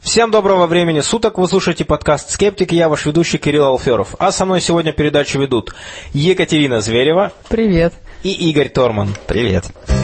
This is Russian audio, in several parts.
Всем доброго времени суток, вы слушаете подкаст «Скептик», я ваш ведущий Кирилл Алферов. А со мной сегодня передачу ведут Екатерина Зверева. Привет. И Игорь Торман. Привет.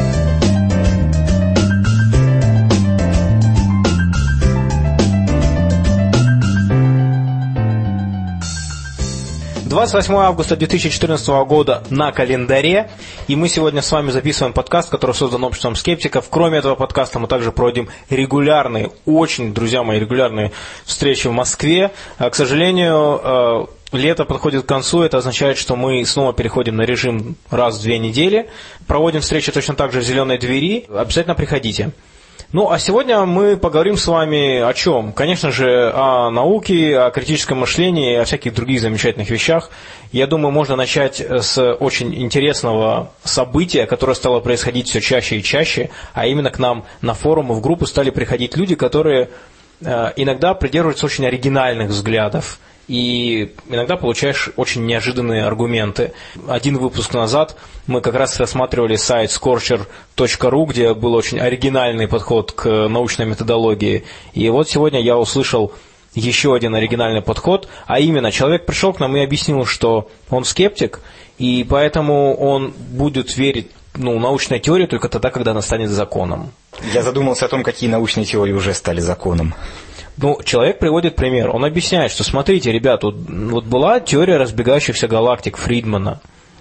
28 августа 2014 года на календаре, и мы сегодня с вами записываем подкаст, который создан обществом скептиков. Кроме этого подкаста мы также проводим регулярные, очень, друзья мои, регулярные встречи в Москве. К сожалению, лето подходит к концу, это означает, что мы снова переходим на режим раз в 2 недели. Проводим встречи точно так же в «Зеленой двери». Обязательно приходите. Ну, а сегодня мы поговорим с вами о чем? Конечно же, о науке, о критическом мышлении и о всяких других замечательных вещах. Я думаю, можно начать с очень интересного события, которое стало происходить все чаще и чаще, а именно к нам на форумы, в группы стали приходить люди, которые иногда придерживаются очень оригинальных взглядов. И иногда получаешь очень неожиданные аргументы. Один выпуск назад мы как раз рассматривали сайт scorcher.ru, где был очень оригинальный подход к научной методологии. И вот сегодня я услышал еще один оригинальный подход, а именно человек пришел к нам и объяснил, что он скептик, и поэтому он будет верить в научной теории только тогда, когда она станет законом. Я задумался о том, какие научные теории уже стали законом. Человек приводит пример. Он объясняет, что, смотрите, ребят, вот была теория разбегающихся галактик Фридмана,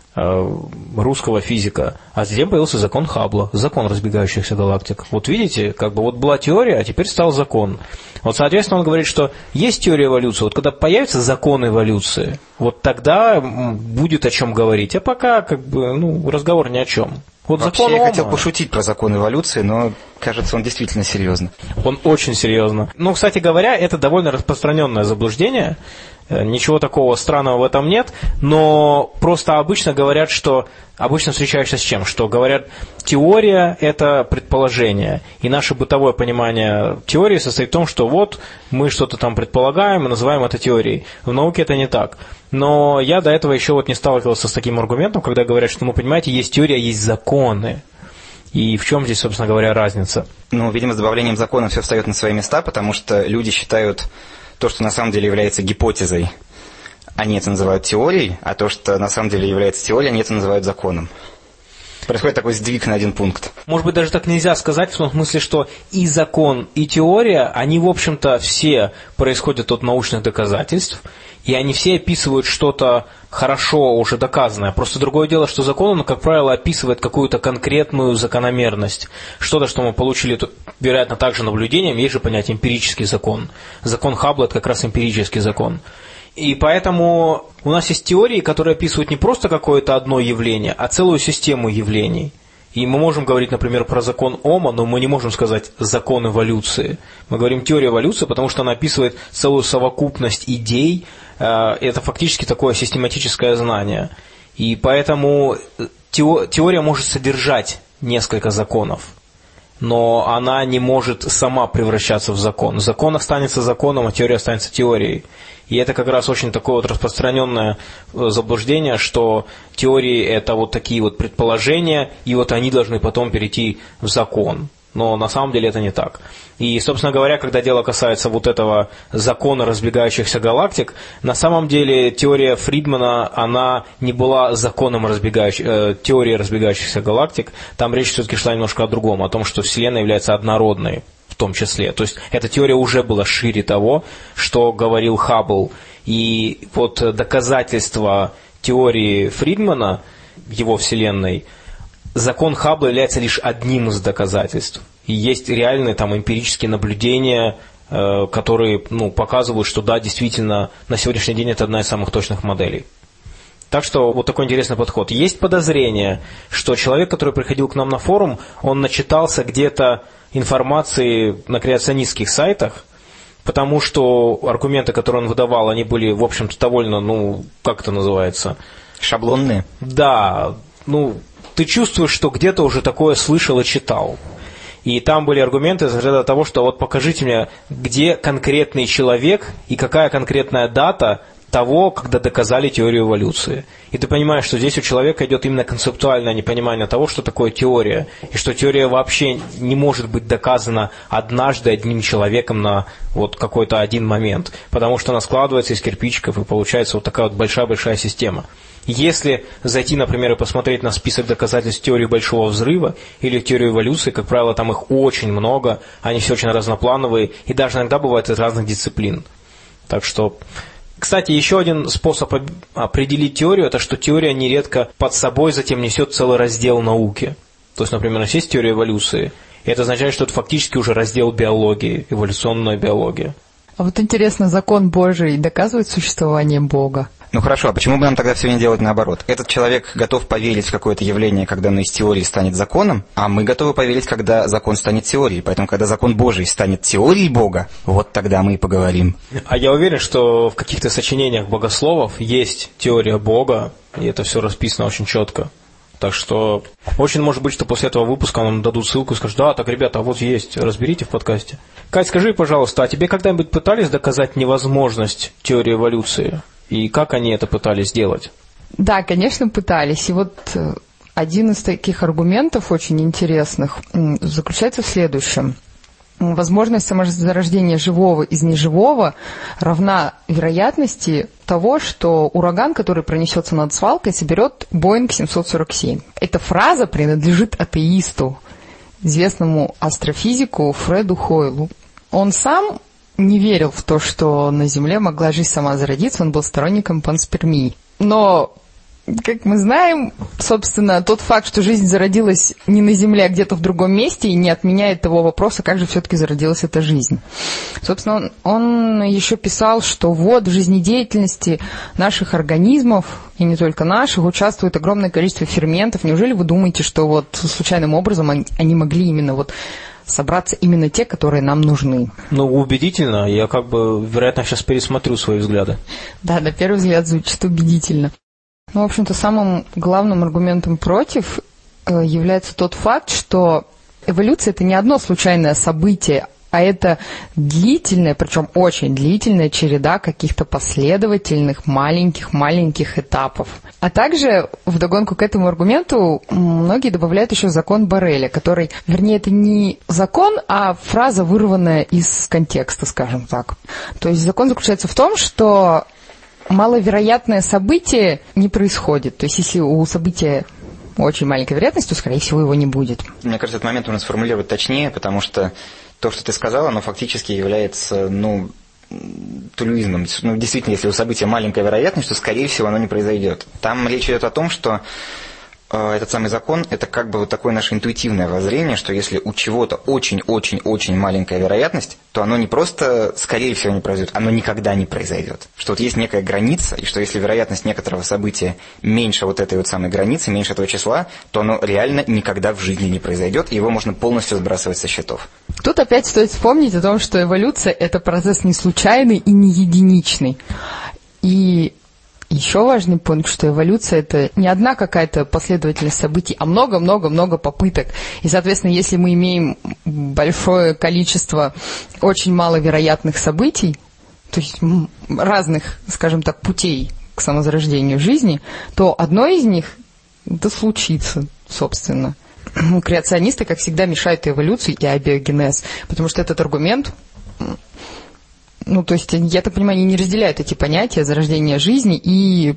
русского физика, а затем появился закон Хаббла, закон разбегающихся галактик. Вот видите, была теория, а теперь стал закон. Вот, соответственно, он говорит, что есть теория эволюции, вот когда появится закон эволюции, вот тогда будет о чем говорить, а пока разговор ни о чем. Вообще, я хотел пошутить про закон эволюции, но, кажется, он действительно серьезно. Он очень серьезно. Кстати говоря, это довольно распространенное заблуждение. Ничего такого странного в этом нет, но просто обычно говорят, обычно встречаешься с чем? Что говорят, теория – это предположение, и наше бытовое понимание теории состоит в том, что вот мы что-то там предполагаем и называем это теорией. В науке это не так. Но я до этого еще не сталкивался с таким аргументом, когда говорят, что, понимаете, есть теория, есть законы. И в чем здесь, собственно говоря, разница? Видимо, с добавлением закона все встает на свои места, потому что люди считают то, что на самом деле является гипотезой, они это называют теорией, а то, что на самом деле является теорией, они это называют законом. Происходит такой сдвиг на один пункт. Может быть, даже так нельзя сказать, в том смысле, что и закон, и теория, они, в общем-то, все происходят от научных доказательств, и они все описывают что-то хорошо уже доказанное. Просто другое дело, что закон, он, как правило, описывает какую-то конкретную закономерность. Что-то, что мы получили, вероятно, также наблюдением, есть же понятие эмпирический закон. Закон Хаббла – это как раз эмпирический закон. И поэтому у нас есть теории, которые описывают не просто какое-то одно явление, а целую систему явлений. И мы можем говорить, например, про закон Ома, но мы не можем сказать закон эволюции. Мы говорим теория эволюции, потому что она описывает целую совокупность идей. Это фактически такое систематическое знание. И поэтому теория может содержать несколько законов, но она не может сама превращаться в закон. Закон останется законом, а теория останется теорией. И это как раз очень такое распространенное заблуждение, что теории – это такие предположения, и они должны потом перейти в закон. Но на самом деле это не так. И, собственно говоря, когда дело касается этого закона разбегающихся галактик, на самом деле теория Фридмана, она не была законом теории разбегающихся галактик. Там речь все-таки шла немножко о другом, о том, что Вселенная является однородной в том числе. То есть эта теория уже была шире того, что говорил Хаббл. И доказательство теории Фридмана, его Вселенной, закон Хаббла является лишь одним из доказательств. И есть реальные эмпирические наблюдения, которые показывают, что да, действительно, на сегодняшний день это одна из самых точных моделей. Так что такой интересный подход. Есть подозрение, что человек, который приходил к нам на форум, он начитался где-то информации на креационистских сайтах, потому что аргументы, которые он выдавал, они были, в общем-то, довольно, как это называется? Шаблонные? Да, ты чувствуешь, что где-то уже такое слышал и читал. И там были аргументы из ряда того, что покажите мне, где конкретный человек и какая конкретная дата того, когда доказали теорию эволюции. И ты понимаешь, что здесь у человека идет именно концептуальное непонимание того, что такое теория, и что теория вообще не может быть доказана однажды одним человеком на вот какой-то один момент, потому что она складывается из кирпичиков, и получается вот такая вот большая-большая система. Если зайти, например, и посмотреть на список доказательств теории Большого Взрыва или теории эволюции, как правило, там их очень много, они все очень разноплановые, и даже иногда бывают из разных дисциплин. Так что... Кстати, еще один способ определить теорию, это что теория нередко под собой затем несет целый раздел науки. То есть, например, у нас есть теория эволюции, и это означает, что это фактически уже раздел биологии, эволюционная биология. А вот интересно, закон Божий доказывает существование Бога? Ну хорошо, а почему бы нам тогда все не делать наоборот? Этот человек готов поверить в какое-то явление, когда оно из теории станет законом, а мы готовы поверить, когда закон станет теорией. Поэтому, когда закон Божий станет теорией Бога, вот тогда мы и поговорим. А я уверен, что в каких-то сочинениях богословов есть теория Бога, и это все расписано очень четко. Так что очень может быть, что после этого выпуска нам дадут ссылку и скажут: да, так, ребята, а вот есть, разберите в подкасте. Кать, скажи, пожалуйста, а тебе когда-нибудь пытались доказать невозможность теории эволюции? И как они это пытались сделать? Да, конечно, пытались. И вот один из таких аргументов очень интересных заключается в следующем. Возможность самозарождения живого из неживого равна вероятности того, что ураган, который пронесется над свалкой, соберет Боинг 747. Эта фраза принадлежит атеисту, известному астрофизику Фреду Хойлу. Он сам не верил в то, что на Земле могла жизнь сама зародиться, он был сторонником панспермии. Но, как мы знаем, собственно, тот факт, что жизнь зародилась не на Земле, а где-то в другом месте, и не отменяет того вопроса, как же все-таки зародилась эта жизнь. Собственно, он еще писал, что вот в жизнедеятельности наших организмов, и не только наших, участвует огромное количество ферментов. Неужели вы думаете, что вот случайным образом они могли именно вот собраться именно те, которые нам нужны? Ну, убедительно. Я вероятно, сейчас пересмотрю свои взгляды. Да, на первый взгляд звучит убедительно. Ну, в общем-то, самым главным аргументом против является тот факт, что эволюция – это не одно случайное событие, а это длительная, причем очень длительная череда каких-то последовательных маленьких этапов. А также, вдогонку к этому аргументу, многие добавляют еще закон Борреля, который, вернее, это не закон, а фраза, вырванная из контекста, скажем так. То есть закон заключается в том, что маловероятное событие не происходит. То есть если у события очень маленькая вероятность, то, скорее всего, его не будет. Мне кажется, этот момент нужно сформулировать точнее, потому что то, что ты сказала, оно фактически является, тулуизмом. Действительно, если у события маленькая вероятность, то, скорее всего, оно не произойдет. Там речь идет о том, что этот самый закон – это как бы вот такое наше интуитивное воззрение, что если у чего-то очень-очень-очень маленькая вероятность, то оно не просто, скорее всего, не произойдет, оно никогда не произойдет. Что вот есть некая граница, и что если вероятность некоторого события меньше вот этой вот самой границы, меньше этого числа, то оно реально никогда в жизни не произойдет, и его можно полностью сбрасывать со счетов. Тут опять стоит вспомнить о том, что эволюция – это процесс не случайный и не единичный. И еще важный пункт, что эволюция – это не одна какая-то последовательность событий, а много-много-много попыток. И, соответственно, если мы имеем большое количество очень маловероятных событий, то есть разных, скажем так, путей к самозарождению жизни, то одно из них да случится, собственно. Креационисты, как всегда, мешают эволюции и абиогенез, потому что этот аргумент... то есть, я так понимаю, они не разделяют эти понятия зарождения жизни и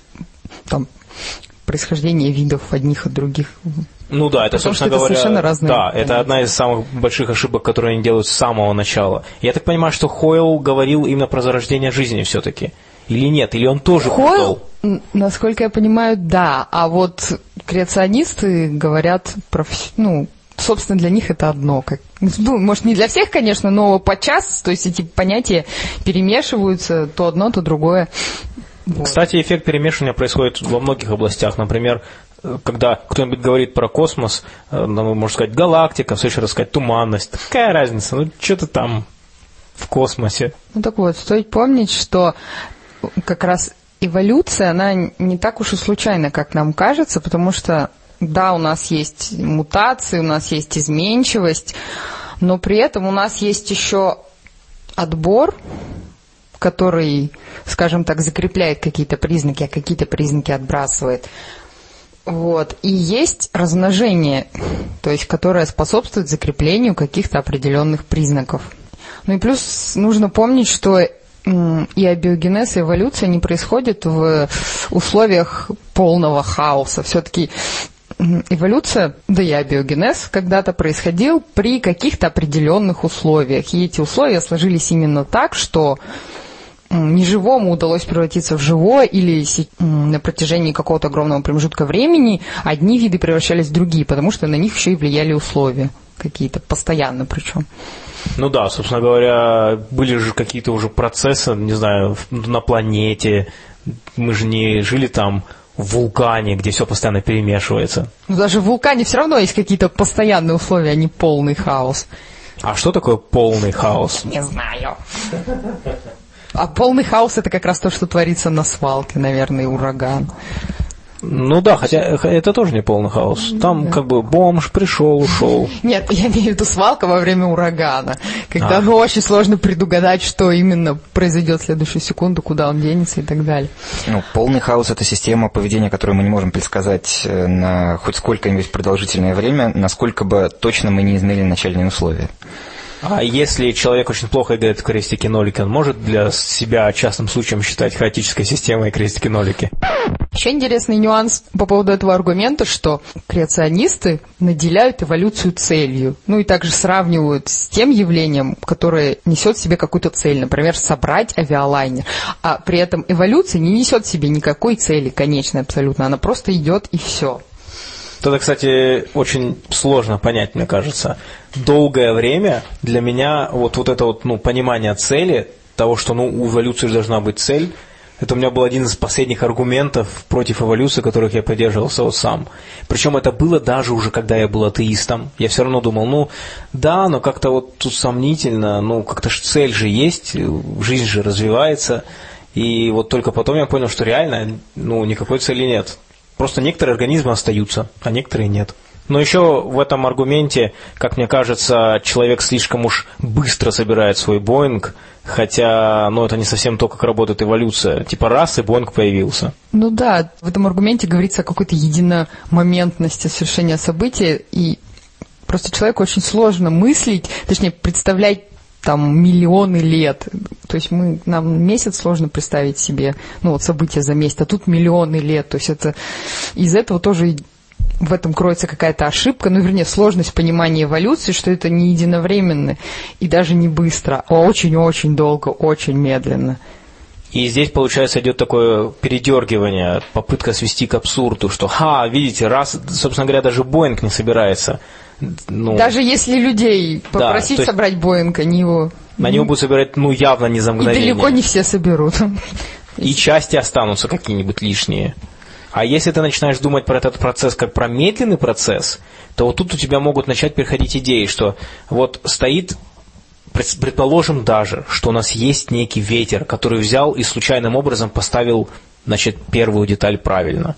происхождение видов одних от других. Ну да, это, собственно говоря, совершенно разные. Да, это одна из самых больших ошибок, которые они делают с самого начала. Я так понимаю, что Хойл говорил именно про зарождение жизни все-таки. Или нет? Или он тоже Хойл, насколько я понимаю, да. А вот креационисты говорят про... собственно, для них это одно. Может, не для всех, конечно, но подчас, то есть эти понятия перемешиваются, то одно, то другое. Вот. Кстати, эффект перемешивания происходит во многих областях. Например, когда кто-нибудь говорит про космос, можно сказать галактика, в следующий раз сказать туманность. Какая разница? Что-то там в космосе. Так вот, стоит помнить, что как раз эволюция, она не так уж и случайна, как нам кажется, потому что да, у нас есть мутации, у нас есть изменчивость, но при этом у нас есть еще отбор, который, скажем так, закрепляет какие-то признаки, а какие-то признаки отбрасывает. Вот. И есть размножение, то есть которое способствует закреплению каких-то определенных признаков. Ну и плюс нужно помнить, что и абиогенез, и эволюция не происходят в условиях полного хаоса. Все-таки эволюция, да и абиогенез когда-то происходил при каких-то определенных условиях. И эти условия сложились именно так, что неживому удалось превратиться в живое, или на протяжении какого-то огромного промежутка времени одни виды превращались в другие, потому что на них еще и влияли условия какие-то, постоянно причем. Ну да, собственно говоря, были же какие-то уже процессы, не знаю, на планете. Мы же не жили там в вулкане, где все постоянно перемешивается. Но даже в вулкане все равно есть какие-то постоянные условия, а не полный хаос. А что такое полный хаос? Не знаю. А полный хаос — это как раз то, что творится на свалке, наверное, и ураган. Ну да, хотя это тоже не полный хаос. Там как бы бомж пришел, ушел. Нет, я имею в виду свалка во время урагана, когда очень сложно предугадать, что именно произойдет в следующую секунду, куда он денется и так далее. Ну, полный хаос — это система поведения, которую мы не можем предсказать на хоть сколько-нибудь продолжительное время, насколько бы точно мы не измерили начальные условия. А если человек очень плохо играет в крестики-нолики, он может для себя частным случаем считать хаотической системой крестики-нолики? Еще интересный нюанс по поводу этого аргумента, что креационисты наделяют эволюцию целью. Ну и также сравнивают с тем явлением, которое несет в себе какую-то цель, например, собрать авиалайнер. А при этом эволюция не несет в себе никакой цели конечной абсолютно, она просто идет и все. Это, кстати, очень сложно понять, мне кажется. Долгое время для меня вот это вот, понимание цели, того, что у эволюции же должна быть цель, это у меня был один из последних аргументов против эволюции, которых я придерживался вот сам. Причем это было даже уже, когда я был атеистом. Я все равно думал, но как-то вот тут сомнительно, как-то ж цель же есть, жизнь же развивается. И вот только потом я понял, что реально, никакой цели нет. Просто некоторые организмы остаются, а некоторые нет. Но еще в этом аргументе, как мне кажется, человек слишком уж быстро собирает свой Боинг, хотя, это не совсем то, как работает эволюция. Типа раз, и Боинг появился. Ну да, в этом аргументе говорится о какой-то единомоментности совершения события, и просто человеку очень сложно мыслить, точнее, представлять там миллионы лет. То есть нам месяц сложно представить себе, события за месяц, а тут миллионы лет. То есть это из этого тоже в этом кроется какая-то ошибка, вернее, сложность понимания эволюции, что это не единовременно и даже не быстро, а очень-очень долго, очень медленно. И здесь, получается, идет такое передергивание, попытка свести к абсурду, что, видите, раз, собственно говоря, даже Боинг не собирается. Даже если людей попросить собрать Боинг, они его будут собирать, явно не за мгновение. И далеко не все соберут. И части останутся какие-нибудь лишние. А если ты начинаешь думать про этот процесс как про медленный процесс, то вот тут у тебя могут начать приходить идеи, что вот стоит, предположим даже, что у нас есть некий ветер, который взял и случайным образом поставил, первую деталь правильно.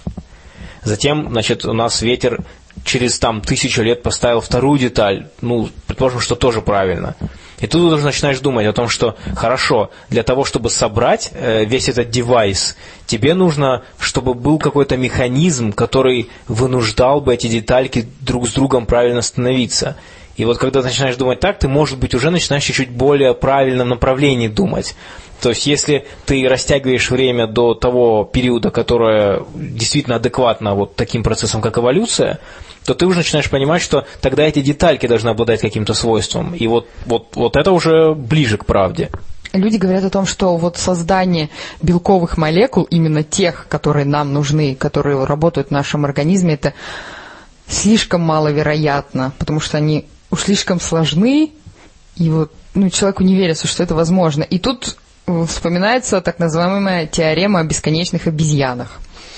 Затем, у нас ветер через 1000 лет поставил вторую деталь, предположим, что тоже правильно. И тут ты уже начинаешь думать о том, что хорошо, для того, чтобы собрать весь этот девайс, тебе нужно, чтобы был какой-то механизм, который вынуждал бы эти детальки друг с другом правильно становиться. И вот когда ты начинаешь думать так, ты, может быть, уже начинаешь чуть-чуть более правильном направлении думать. То есть, если ты растягиваешь время до того периода, которое действительно адекватно вот таким процессам, как эволюция, то ты уже начинаешь понимать, что тогда эти детальки должны обладать каким-то свойством. И вот это уже ближе к правде. Люди говорят о том, что вот создание белковых молекул, именно тех, которые нам нужны, которые работают в нашем организме, это слишком маловероятно, потому что они уж слишком сложны, и человеку не верится, что это возможно. И тут вспоминается так называемая теорема о бесконечных обезьянах.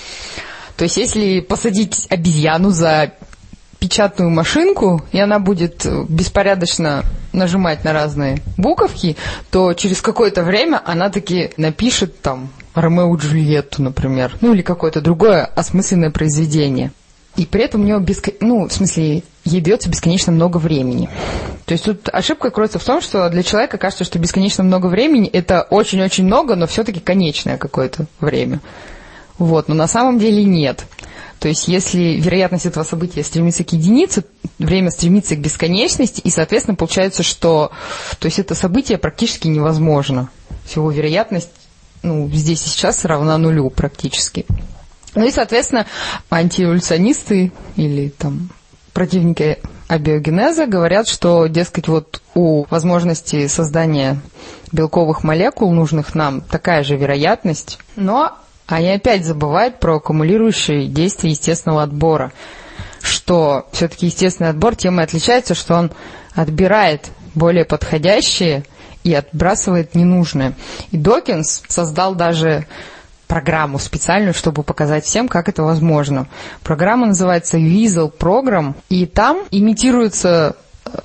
То есть, если посадить обезьяну за печатную машинку, и она будет беспорядочно нажимать на разные буковки, то через какое-то время она таки напишет Ромео и Джульетту, например, или какое-то другое осмысленное произведение. и при этом у нее ей дается бесконечно много времени. То есть тут ошибка кроется в том, что для человека кажется, что бесконечно много времени – это очень-очень много, но все-таки конечное какое-то время. Вот, но на самом деле нет. То есть если вероятность этого события стремится к единице, время стремится к бесконечности, и, соответственно, получается, что это событие практически невозможно. Всего вероятность здесь и сейчас равна нулю практически. Ну и, соответственно, антиэволюционисты или противники абиогенеза говорят, что, дескать, у возможности создания белковых молекул, нужных нам, такая же вероятность, но они опять забывают про аккумулирующие действия естественного отбора, что все-таки естественный отбор тем и отличается, что он отбирает более подходящие и отбрасывает ненужное. И Докинс создал даже программу специальную, чтобы показать всем, как это возможно. Программа называется Weasel Program, и там имитируется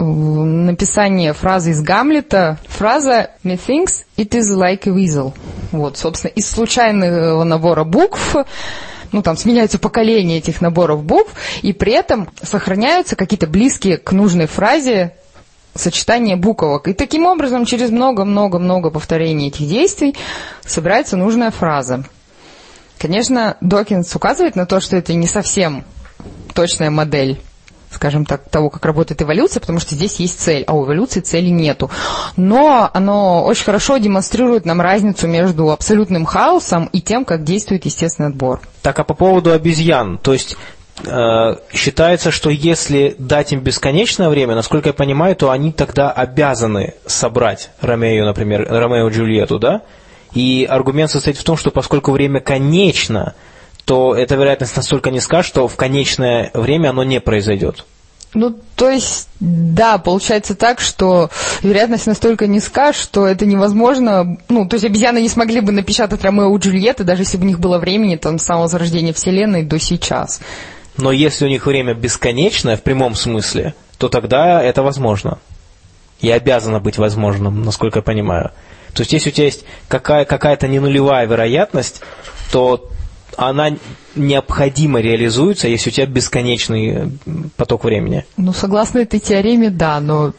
написание фразы из Гамлета. Фраза «Methinks it is like a weasel». Вот, собственно, из случайного набора букв, сменяются поколения этих наборов букв, и при этом сохраняются какие-то близкие к нужной фразе сочетание буквок. И таким образом через много-много-много повторений этих действий собирается нужная фраза. Конечно, Докинс указывает на то, что это не совсем точная модель, скажем так, того, как работает эволюция, потому что здесь есть цель, а у эволюции цели нету. Но оно очень хорошо демонстрирует нам разницу между абсолютным хаосом и тем, как действует естественный отбор. Так, а по поводу обезьян, то есть считается, что если дать им бесконечное время, насколько я понимаю, то они тогда обязаны собрать Ромео и Джульетту, да? И аргумент состоит в том, что поскольку время конечно, то эта вероятность настолько низка, что в конечное время оно не произойдет. Получается так, что вероятность настолько низка, что это невозможно. То есть обезьяны не смогли бы напечатать Ромео и Джульетту, даже если бы у них было времени с самого зарождения Вселенной до сейчас. Но если у них время бесконечное, в прямом смысле, то тогда это возможно. И обязано быть возможным, насколько я понимаю. То есть, если у тебя есть какая-то ненулевая вероятность, то она необходимо реализуется, если у тебя бесконечный поток времени. Согласно этой теореме, да, но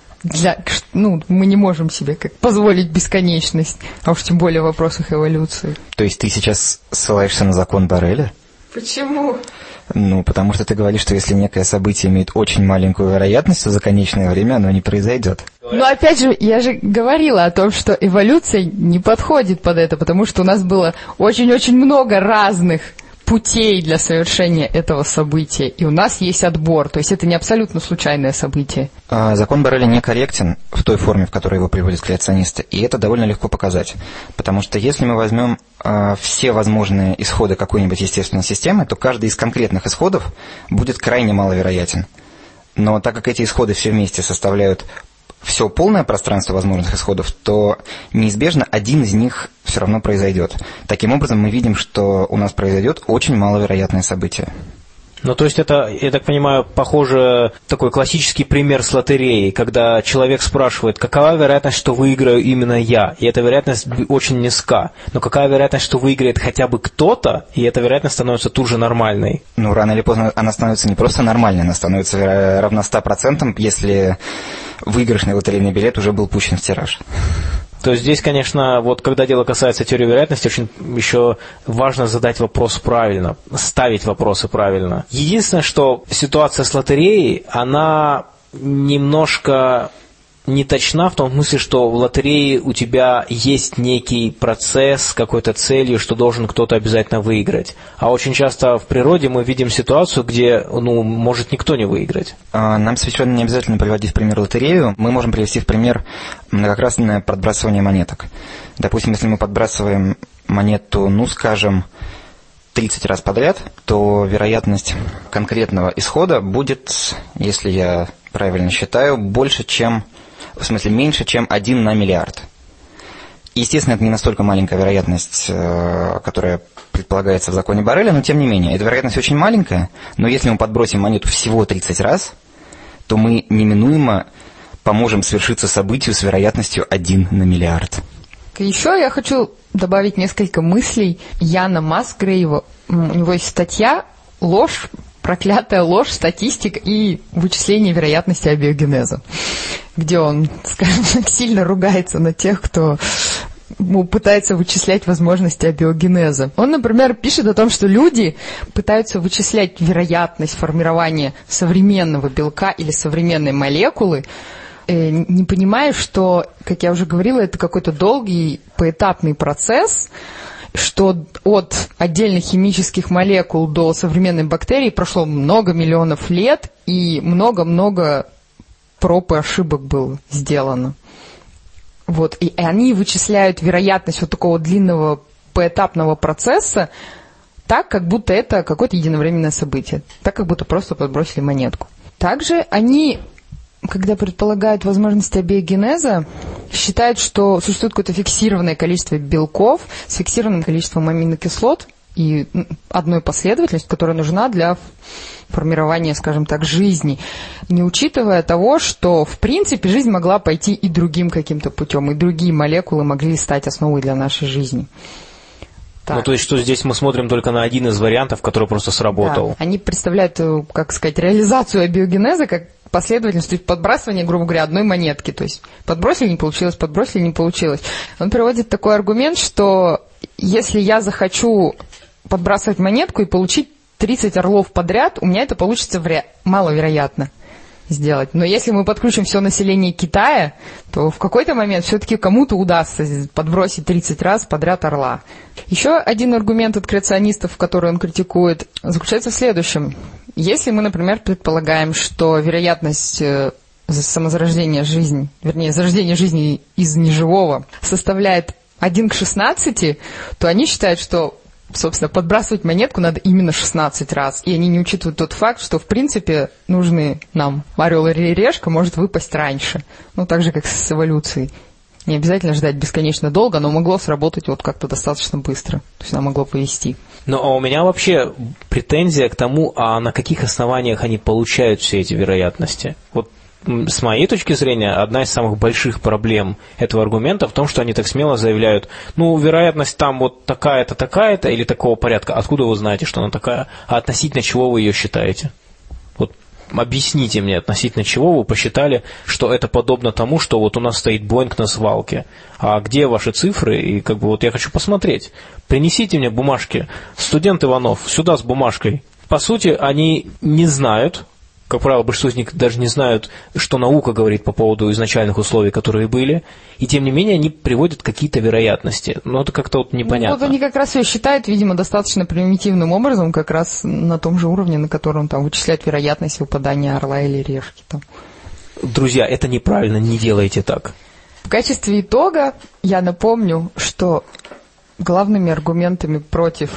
мы не можем себе позволить бесконечность, а уж тем более в вопросах эволюции. То есть ты сейчас ссылаешься на закон Борреля? Почему? Потому что ты говоришь, что если некое событие имеет очень маленькую вероятность, то за конечное время оно не произойдет. Опять же, я же говорила о том, что эволюция не подходит под это, потому что у нас было очень-очень много разных путей для совершения этого события, и у нас есть отбор, то есть это не абсолютно случайное событие. Закон Борреля некорректен в той форме, в которой его приводят креационисты, и это довольно легко показать, потому что если мы возьмем все возможные исходы какой-нибудь естественной системы, то каждый из конкретных исходов будет крайне маловероятен. Но так как эти исходы все вместе составляют все полное пространство возможных исходов, то неизбежно один из них все равно произойдет. Таким образом, мы видим, что у нас произойдет очень маловероятное событие. То есть это, я так понимаю, похоже, такой классический пример с лотереей, когда человек спрашивает, какова вероятность, что выиграю именно я, и эта вероятность очень низка, но какая вероятность, что выиграет хотя бы кто-то, и эта вероятность становится тут же нормальной. Рано или поздно она становится не просто нормальной, она становится равна 100%, если выигрышный лотерейный билет уже был пущен в тираж. То есть здесь, конечно, когда дело касается теории вероятности, очень еще важно задать вопрос правильно, ставить вопросы правильно. Единственное, что ситуация с лотереей, она немножко не точна в том смысле, что в лотерее у тебя есть некий процесс с какой-то целью, что должен кто-то обязательно выиграть. А очень часто в природе мы видим ситуацию, где, может никто не выиграть. Нам совершенно не обязательно приводить в пример лотерею. Мы можем привести в пример многократное подбрасывание монеток. Допустим, если мы подбрасываем монету, 30 раз подряд, то вероятность конкретного исхода будет, если я правильно считаю, меньше, чем 1 на миллиард. Естественно, это не настолько маленькая вероятность, которая предполагается в законе Борреля, но тем не менее, эта вероятность очень маленькая, но если мы подбросим монету всего 30 раз, то мы неминуемо поможем свершиться событию с вероятностью 1 на миллиард. Еще я хочу добавить несколько мыслей Яна Масгрейва. У него есть статья «Ложь «Проклятая ложь, статистика и вычисление вероятности абиогенеза», где он, скажем так, сильно ругается на тех, кто пытается вычислять возможности абиогенеза. Он, например, пишет о том, что люди пытаются вычислять вероятность формирования современного белка или современной молекулы, не понимая, что, как я уже говорила, это какой-то долгий поэтапный процесс, что от отдельных химических молекул до современной бактерии прошло много миллионов лет, и много-много проб и ошибок было сделано. Вот, и они вычисляют вероятность вот такого длинного поэтапного процесса так, как будто это какое-то единовременное событие, так, как будто просто подбросили монетку. Также они, когда предполагают возможности абиогенеза, считают, что существует какое-то фиксированное количество белков с фиксированным количеством аминокислот и одной последовательностью, которая нужна для формирования, скажем так, жизни, не учитывая того, что, в принципе, жизнь могла пойти и другим каким-то путем, и другие молекулы могли стать основой для нашей жизни. Так. Ну, то есть, что здесь мы смотрим только на один из вариантов, который просто сработал. Да. Они представляют, как сказать, реализацию абиогенеза как последовательность, то есть подбрасывание, грубо говоря, одной монетки. То есть подбросили, не получилось, подбросили, не получилось. Он приводит такой аргумент, что если я захочу подбрасывать монетку и получить 30 орлов подряд, у меня это получится маловероятно сделать. Но если мы подключим все население Китая, то в какой-то момент все-таки кому-то удастся подбросить 30 раз подряд орла. Еще один аргумент от креационистов, который он критикует, заключается в следующем. Если мы, например, предполагаем, что вероятность самозарождения жизни, вернее, зарождения жизни из неживого составляет 1 к 16, то они считают, что, собственно, подбрасывать монетку надо именно 16 раз. И они не учитывают тот факт, что, в принципе, нужный нам орел или решка может выпасть раньше. Ну, так же, как с эволюцией. Не обязательно ждать бесконечно долго, но могло сработать вот как-то достаточно быстро. То есть оно могло повести. Ну, а у меня вообще претензия к тому, а на каких основаниях они получают все эти вероятности. Вот с моей точки зрения, одна из самых больших проблем этого аргумента в том, что они так смело заявляют, ну, вероятность там вот такая-то, такая-то или такого порядка. Откуда вы знаете, что она такая? А относительно чего вы ее считаете? Вот объясните мне, относительно чего вы посчитали, что это подобно тому, что вот у нас стоит Боинг на свалке. А где ваши цифры? И как бы вот я хочу посмотреть. Принесите мне бумажки. Студент Иванов, сюда с бумажкой. По сути, они не знают, как правило, большинство из них даже не знают, что наука говорит по поводу изначальных условий, которые были, и тем не менее они приводят какие-то вероятности. Но это как-то вот непонятно. Ну, вот они как раз ее считают, видимо, достаточно примитивным образом, как раз на том же уровне, на котором там вычисляют вероятность выпадания орла или решки. Там. Друзья, это неправильно, не делайте так. В качестве итога я напомню, что главными аргументами против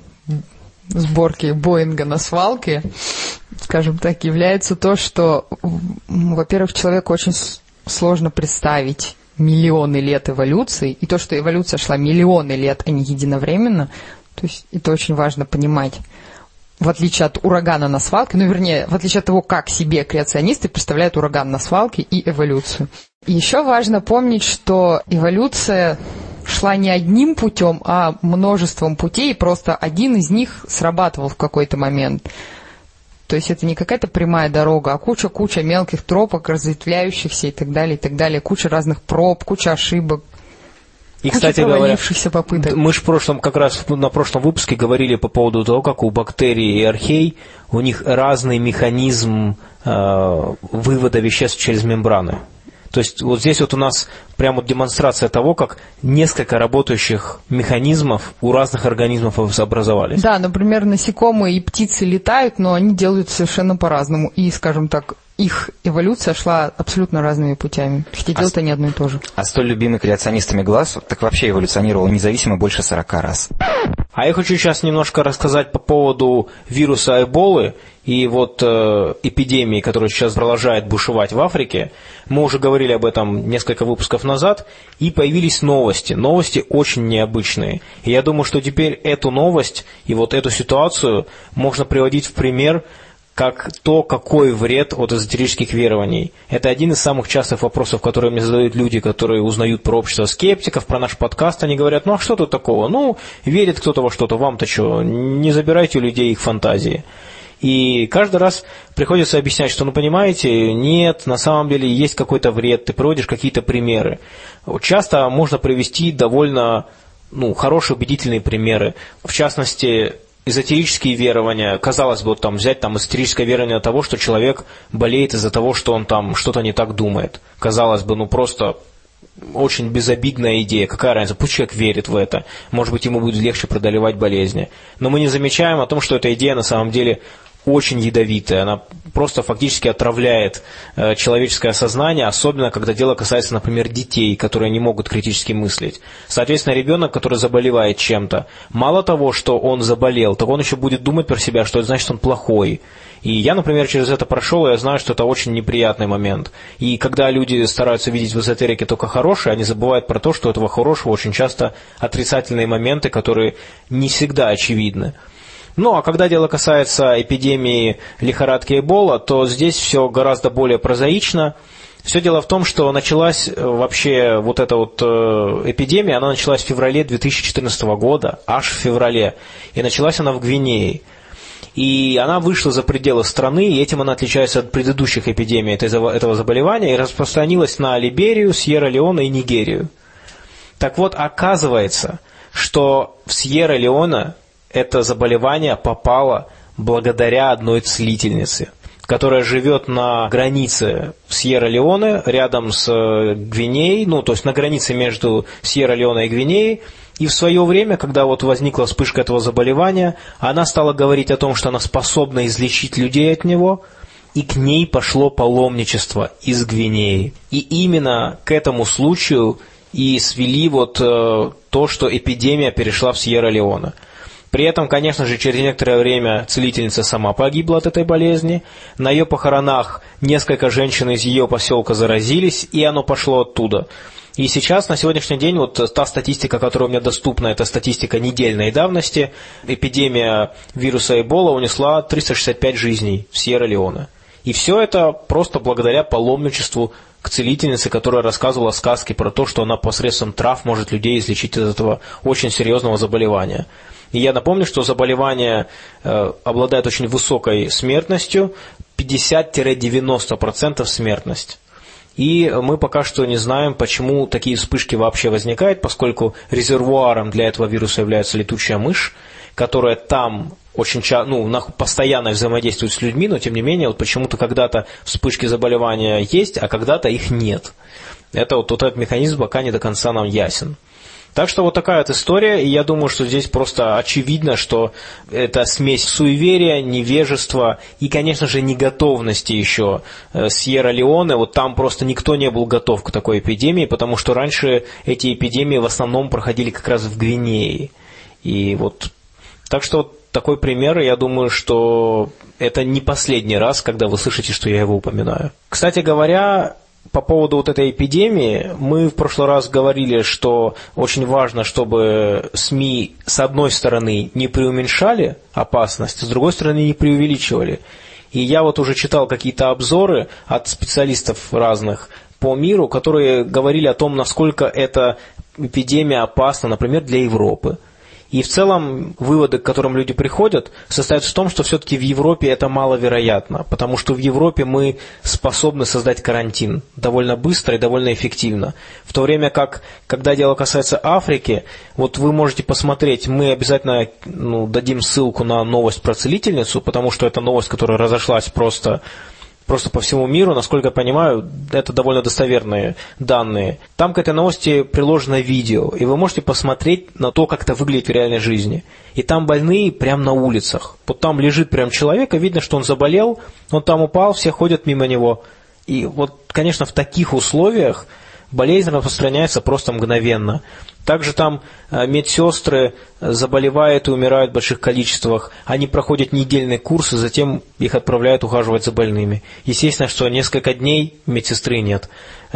сборки Боинга на свалке, скажем так, является то, что, во-первых, человеку очень сложно представить миллионы лет эволюции, и то, что эволюция шла миллионы лет, а не единовременно, то есть это очень важно понимать. В отличие от урагана на свалке, ну, вернее, в отличие от того, как себе креационисты представляют ураган на свалке и эволюцию. И еще важно помнить, что эволюция шла не одним путем, а множеством путей, и просто один из них срабатывал в какой-то момент. То есть это не какая-то прямая дорога, а куча мелких тропок, разветвляющихся и так далее, куча разных проб, куча ошибок. И, кстати говоря, попыток. Мы же как раз на прошлом выпуске говорили по поводу того, как у бактерий и архей, у них разный механизм вывода веществ через мембраны. То есть вот здесь вот у нас прямо демонстрация того, как несколько работающих механизмов у разных организмов образовались. Да, например, насекомые и птицы летают, но они делают совершенно по-разному. И, скажем так, их эволюция шла абсолютно разными путями. Хотя делают они одно и то же. А столь любимый креационистами глаз так вообще эволюционировал независимо больше 40 раз. А я хочу сейчас немножко рассказать по поводу вируса Эболы и вот эпидемии, которая сейчас продолжает бушевать в Африке. Мы уже говорили об этом несколько выпусков назад, и появились новости. Новости очень необычные. И я думаю, что теперь эту новость и вот эту ситуацию можно приводить в пример, как то, какой вред от эзотерических верований. Это один из самых частых вопросов, которые мне задают люди, которые узнают про общество скептиков, про наш подкаст. Они говорят, ну а что тут такого? Ну, верит кто-то во что-то, вам-то что? Не забирайте у людей их фантазии. И каждый раз приходится объяснять, что, понимаете, нет, на самом деле есть какой-то вред, ты приводишь какие-то примеры. Часто можно привести довольно хорошие, убедительные примеры. В частности, эзотерические верования. Казалось бы, взять эзотерическое верование того, что человек болеет из-за того, что он что-то не так думает. Казалось бы, просто очень безобидная идея. Какая разница? Пусть человек верит в это. Может быть, ему будет легче преодолевать болезни. Но мы не замечаем о том, что эта идея на самом деле очень ядовитая. Она просто фактически отравляет человеческое сознание, особенно когда дело касается, например, детей, которые не могут критически мыслить. Соответственно, ребенок, который заболевает чем-то, мало того, что он заболел, так он еще будет думать про себя, что это значит, он плохой. И я, например, через это прошел, и я знаю, что это очень неприятный момент. И когда люди стараются видеть в эзотерике только хорошее, они забывают про то, что у этого хорошего очень часто отрицательные моменты, которые не всегда очевидны. А когда дело касается эпидемии лихорадки Эбола, то здесь все гораздо более прозаично. Все дело в том, что началась вообще эта эпидемия, она началась в феврале 2014 года, аж в феврале, и началась она в Гвинее. И она вышла за пределы страны, и этим она отличается от предыдущих эпидемий этого заболевания, и распространилась на Либерию, Сьерра-Леоне и Нигерию. Так вот, оказывается, что в Сьерра-Леоне это заболевание попало благодаря одной целительнице, которая живет на границе Сьерра-Леоне, рядом с Гвинеей, то есть на границе между Сьерра-Леоне и Гвинеей. И в свое время, когда возникла вспышка этого заболевания, она стала говорить о том, что она способна излечить людей от него, и к ней пошло паломничество из Гвинеи. И именно к этому случаю и свели то, что эпидемия перешла в Сьерра-Леоне. При этом, конечно же, через некоторое время целительница сама погибла от этой болезни. На ее похоронах несколько женщин из ее поселка заразились, и оно пошло оттуда. И сейчас, на сегодняшний день, та статистика, которая у меня доступна, это статистика недельной давности, эпидемия вируса Эбола унесла 365 жизней в Сьерра-Леоне. И все это просто благодаря паломничеству к целительнице, которая рассказывала сказки про то, что она посредством трав может людей излечить от этого очень серьезного заболевания. И я напомню, что заболевание обладает очень высокой смертностью, 50-90% смертность. И мы пока что не знаем, почему такие вспышки вообще возникают, поскольку резервуаром для этого вируса является летучая мышь, которая там очень постоянно взаимодействует с людьми, но тем не менее почему-то когда-то вспышки заболевания есть, а когда-то их нет. Это этот механизм пока не до конца нам ясен. Так что такая история, и я думаю, что здесь просто очевидно, что это смесь суеверия, невежества и, конечно же, неготовности еще Сьерра-Леоне. Там просто никто не был готов к такой эпидемии, потому что раньше эти эпидемии в основном проходили как раз в Гвинее. И так что такой пример, я думаю, что это не последний раз, когда вы слышите, что я его упоминаю. Кстати говоря, по поводу этой эпидемии, мы в прошлый раз говорили, что очень важно, чтобы СМИ с одной стороны не преуменьшали опасность, с другой стороны не преувеличивали. И я уже читал какие-то обзоры от специалистов разных по миру, которые говорили о том, насколько эта эпидемия опасна, например, для Европы. И в целом выводы, к которым люди приходят, состоят в том, что все-таки в Европе это маловероятно, потому что в Европе мы способны создать карантин довольно быстро и довольно эффективно. В то время как, когда дело касается Африки, вы можете посмотреть, мы обязательно дадим ссылку на новость про целительницу, потому что это новость, которая разошлась просто по всему миру, насколько я понимаю, это довольно достоверные данные. Там к этой новости приложено видео, и вы можете посмотреть на то, как это выглядит в реальной жизни. И там больные прямо на улицах. Там лежит прям человек, и видно, что он заболел, он там упал, все ходят мимо него. И конечно, в таких условиях болезнь распространяется просто мгновенно. Также там медсестры заболевают и умирают в больших количествах. Они проходят недельный курс, и затем их отправляют ухаживать за больными. Естественно, что несколько дней медсестры нет.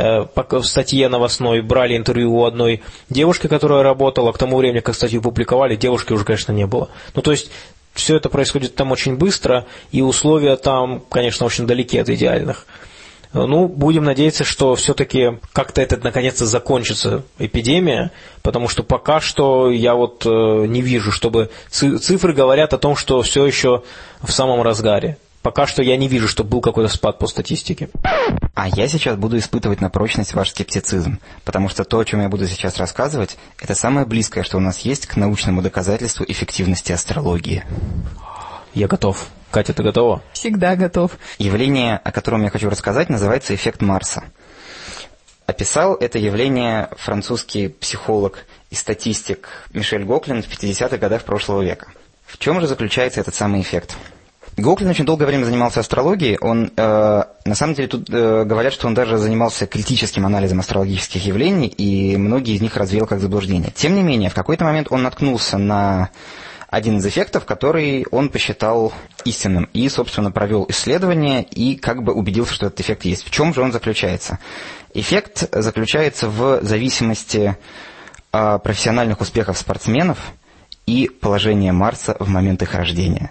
В статье новостной брали интервью у одной девушки, которая работала. К тому времени, как статью публиковали, девушки уже, конечно, не было. То есть все это происходит там очень быстро, и условия там, конечно, очень далеки от идеальных. Ну, будем надеяться, что все-таки как-то это наконец-то закончится, эпидемия, потому что пока что я вот не вижу, чтобы цифры говорят о том, что все еще в самом разгаре. Пока что я не вижу, чтобы был какой-то спад по статистике. А я сейчас буду испытывать на прочность ваш скептицизм, потому что то, о чем я буду сейчас рассказывать, это самое близкое, что у нас есть к научному доказательству эффективности астрологии. Я готов. Катя, ты готова? Всегда готов. Явление, о котором я хочу рассказать, называется эффект Марса. Описал это явление французский психолог и статистик Мишель Гоклин в 50-х годах прошлого века. В чем же заключается этот самый эффект? Гоклин очень долгое время занимался астрологией. Он, на самом деле, тут говорят, что он даже занимался критическим анализом астрологических явлений, и многие из них развеял как заблуждение. Тем не менее, в какой-то момент он наткнулся на один из эффектов, который он посчитал истинным, и, собственно, провел исследование и как бы убедился, что этот эффект есть. В чем же он заключается? Эффект заключается в зависимости профессиональных успехов спортсменов и положения Марса в момент их рождения.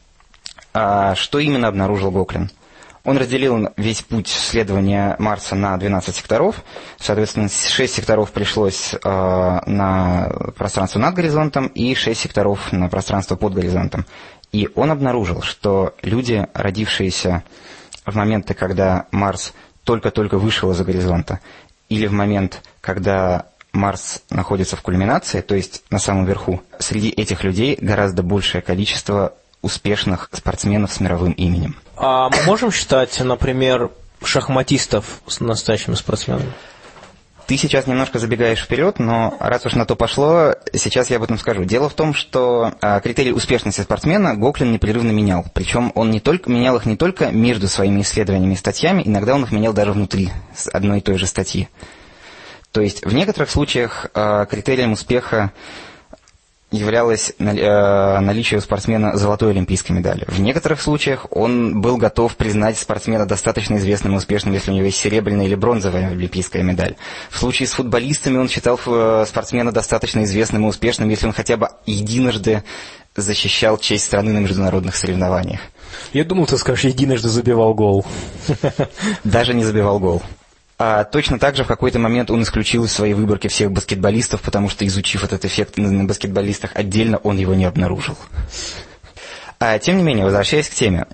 Что именно обнаружил Гоклин? Он разделил весь путь следования Марса на 12 секторов. Соответственно, 6 секторов пришлось на пространство над горизонтом и 6 секторов на пространство под горизонтом. И он обнаружил, что люди, родившиеся в моменты, когда Марс только-только вышел из-за горизонта, или в момент, когда Марс находится в кульминации, то есть на самом верху, среди этих людей гораздо большее количество успешных спортсменов с мировым именем. А мы можем считать, например, шахматистов с настоящими спортсменами? Ты сейчас немножко забегаешь вперед, но раз уж на то пошло, сейчас я об этом скажу. Дело в том, что критерии успешности спортсмена Гоклин непрерывно менял. Причем он менял их не только между своими исследованиями и статьями, иногда он их менял даже внутри одной и той же статьи. То есть в некоторых случаях критерием успеха являлось наличие у спортсмена золотой олимпийской медали. В некоторых случаях он был готов признать спортсмена достаточно известным и успешным, если у него есть серебряная или бронзовая олимпийская медаль. В случае с футболистами он считал спортсмена достаточно известным и успешным, если он хотя бы единожды защищал честь страны на международных соревнованиях. Я думал, ты скажешь, единожды забивал гол. Даже не забивал гол. А точно так же в какой-то момент он исключил из своей выборки всех баскетболистов, потому что, изучив этот эффект на баскетболистах отдельно, он его не обнаружил. Тем не менее, возвращаясь к теме.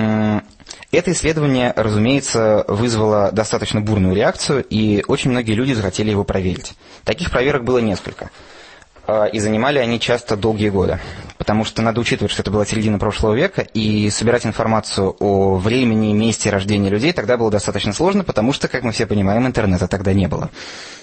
Это исследование, разумеется, вызвало достаточно бурную реакцию, и очень многие люди захотели его проверить. Таких проверок было несколько. И занимали они часто долгие годы. Потому что надо учитывать, что это была середина прошлого века, и собирать информацию о времени и месте рождения людей тогда было достаточно сложно, потому что, как мы все понимаем, интернета тогда не было.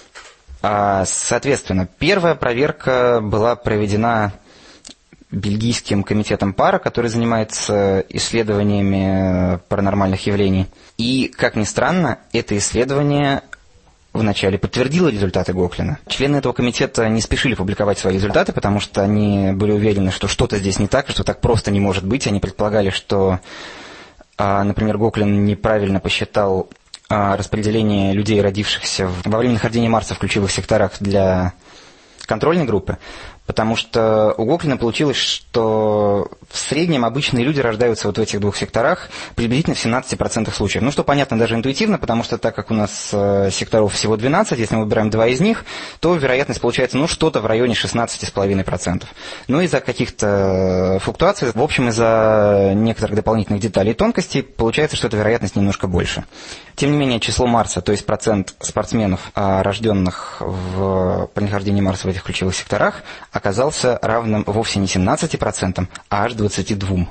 Соответственно, первая проверка была проведена бельгийским комитетом ПАРа, который занимается исследованиями паранормальных явлений. И, как ни странно, это исследование вначале подтвердила результаты Гоклина. Члены этого комитета не спешили публиковать свои результаты, потому что они были уверены, что что-то здесь не так, что так просто не может быть. Они предполагали, что, например, Гоклин неправильно посчитал распределение людей, родившихся во время нахождения Марса в ключевых секторах для контрольной группы, потому что у Гоклина получилось, что в среднем обычные люди рождаются вот в этих двух секторах приблизительно в 17% случаев. Ну, что понятно даже интуитивно, потому что так как у нас секторов всего 12, если мы выбираем 2 из них, то вероятность получается, что-то в районе 16,5%. Но из-за каких-то флуктуаций, в общем, из-за некоторых дополнительных деталей и тонкостей, получается, что эта вероятность немножко больше. Тем не менее, число Марса, то есть процент спортсменов, рожденных при нахождении Марса в этих ключевых секторах, оказался равным вовсе не 17%, а аж 22%.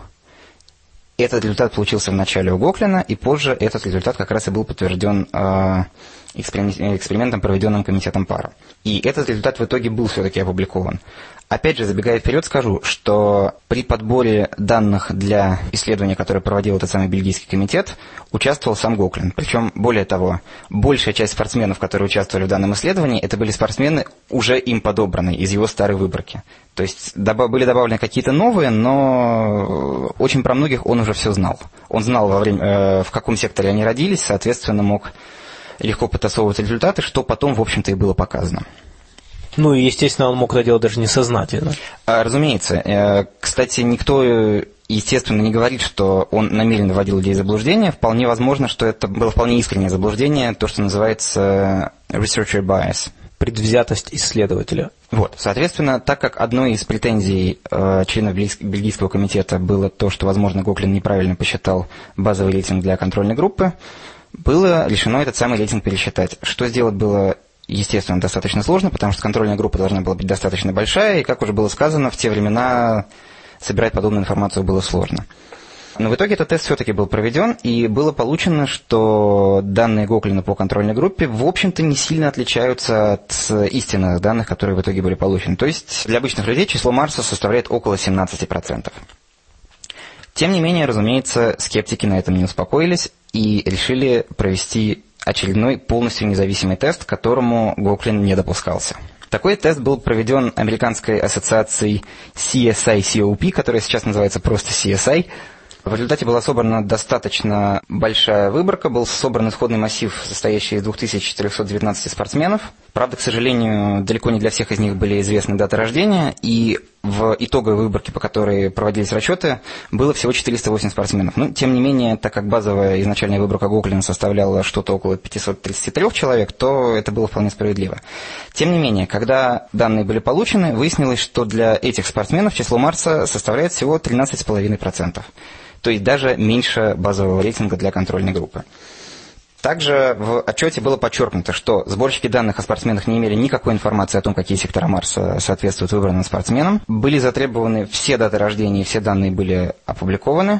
Этот результат получился в начале у Гоклина, и позже этот результат как раз и был подтвержден экспериментом, проведенным комитетом ПАРа. И этот результат в итоге был все-таки опубликован. Опять же, забегая вперед, скажу, что при подборе данных для исследования, которое проводил этот самый бельгийский комитет, участвовал сам Гоклин. Причем, более того, большая часть спортсменов, которые участвовали в данном исследовании, это были спортсмены, уже им подобранные из его старой выборки. То есть были добавлены какие-то новые, но очень про многих он уже все знал. Он знал, в каком секторе они родились, соответственно, мог легко подтасовывать результаты, что потом, в общем-то, и было показано. Ну и, естественно, он мог это делать даже несознательно. Разумеется. Кстати, никто естественно, не говорит, что он намеренно вводил людей в заблуждение. Вполне возможно, что это было вполне искреннее заблуждение, то, что называется researcher bias. Предвзятость исследователя. Вот, соответственно, так как одной из претензий членов Бельгийского комитета было то, что, возможно, Гоклин неправильно посчитал базовый рейтинг для контрольной группы, было решено этот самый рейтинг пересчитать. Что сделать было, естественно, достаточно сложно, потому что контрольная группа должна была быть достаточно большая, и, как уже было сказано, в те времена собирать подобную информацию было сложно. Но в итоге этот тест все-таки был проведен, и было получено, что данные Гоклина по контрольной группе, в общем-то, не сильно отличаются от истинных данных, которые в итоге были получены. То есть для обычных людей число Марса составляет около 17%. Тем не менее, разумеется, скептики на этом не успокоились и решили провести очередной полностью независимый тест, к которому Гоклин не допускался. Такой тест был проведен Американской ассоциацией CSI-COP, которая сейчас называется просто CSI. В результате была собрана достаточно большая выборка, был собран исходный массив, состоящий из 2419 спортсменов. Правда, к сожалению, далеко не для всех из них были известны даты рождения, и в итоговой выборке, по которой проводились расчеты, было всего 408 спортсменов. Но, тем не менее, так как базовая изначальная выборка Гоклина составляла что-то около 533 человек, то это было вполне справедливо. Тем не менее, когда данные были получены, выяснилось, что для этих спортсменов число Марса составляет всего 13,5%. То есть даже меньше базового рейтинга для контрольной группы. Также в отчете было подчеркнуто, что сборщики данных о спортсменах не имели никакой информации о том, какие сектора Марса соответствуют выбранным спортсменам. Были затребованы все даты рождения, и все данные были опубликованы.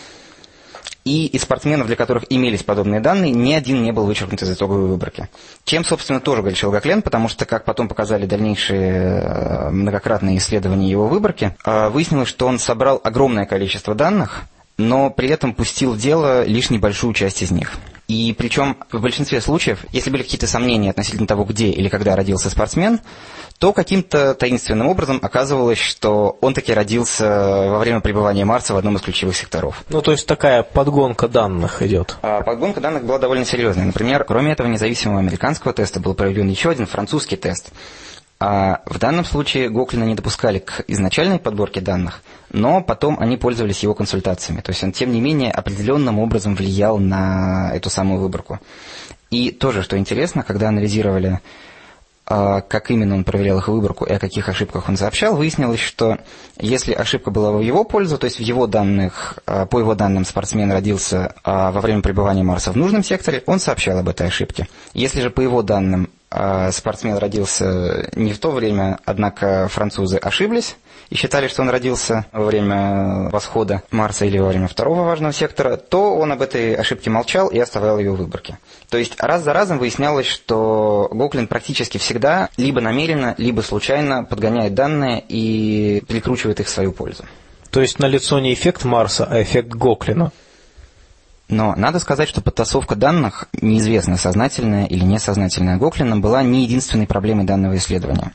И из спортсменов, для которых имелись подобные данные, ни один не был вычеркнут из итоговой выборки. Чем, собственно, тоже грешил Гоклин, потому что, как потом показали дальнейшие многократные исследования его выборки, выяснилось, что он собрал огромное количество данных, но при этом пустил в дело лишь небольшую часть из них. И причем в большинстве случаев, если были какие-то сомнения относительно того, где или когда родился спортсмен, то каким-то таинственным образом оказывалось, что он таки родился во время пребывания Марса в одном из ключевых секторов. Ну, то есть такая подгонка данных идет. Подгонка данных была довольно серьезная. Например, кроме этого независимого американского теста был проведен еще один французский тест. А в данном случае Гоклина не допускали к изначальной подборке данных, но потом они пользовались его консультациями. То есть он, тем не менее, определенным образом влиял на эту самую выборку. И тоже, что интересно, когда анализировали, как именно он проверял их выборку и о каких ошибках он сообщал, выяснилось, что если ошибка была в его пользу, то есть в его данных, по его данным спортсмен родился во время пребывания Марса в нужном секторе, он сообщал об этой ошибке. Если же по его данным спортсмен родился не в то время, однако французы ошиблись и считали, что он родился во время восхода Марса или во время второго важного сектора, то он об этой ошибке молчал и оставлял ее в выборке. То есть раз за разом выяснялось, что Гоклин практически всегда либо намеренно, либо случайно подгоняет данные и перекручивает их в свою пользу. То есть налицо не эффект Марса, а эффект Гоклина. Но надо сказать, что подтасовка данных, неизвестно, сознательная или несознательная Гоклином, была не единственной проблемой данного исследования.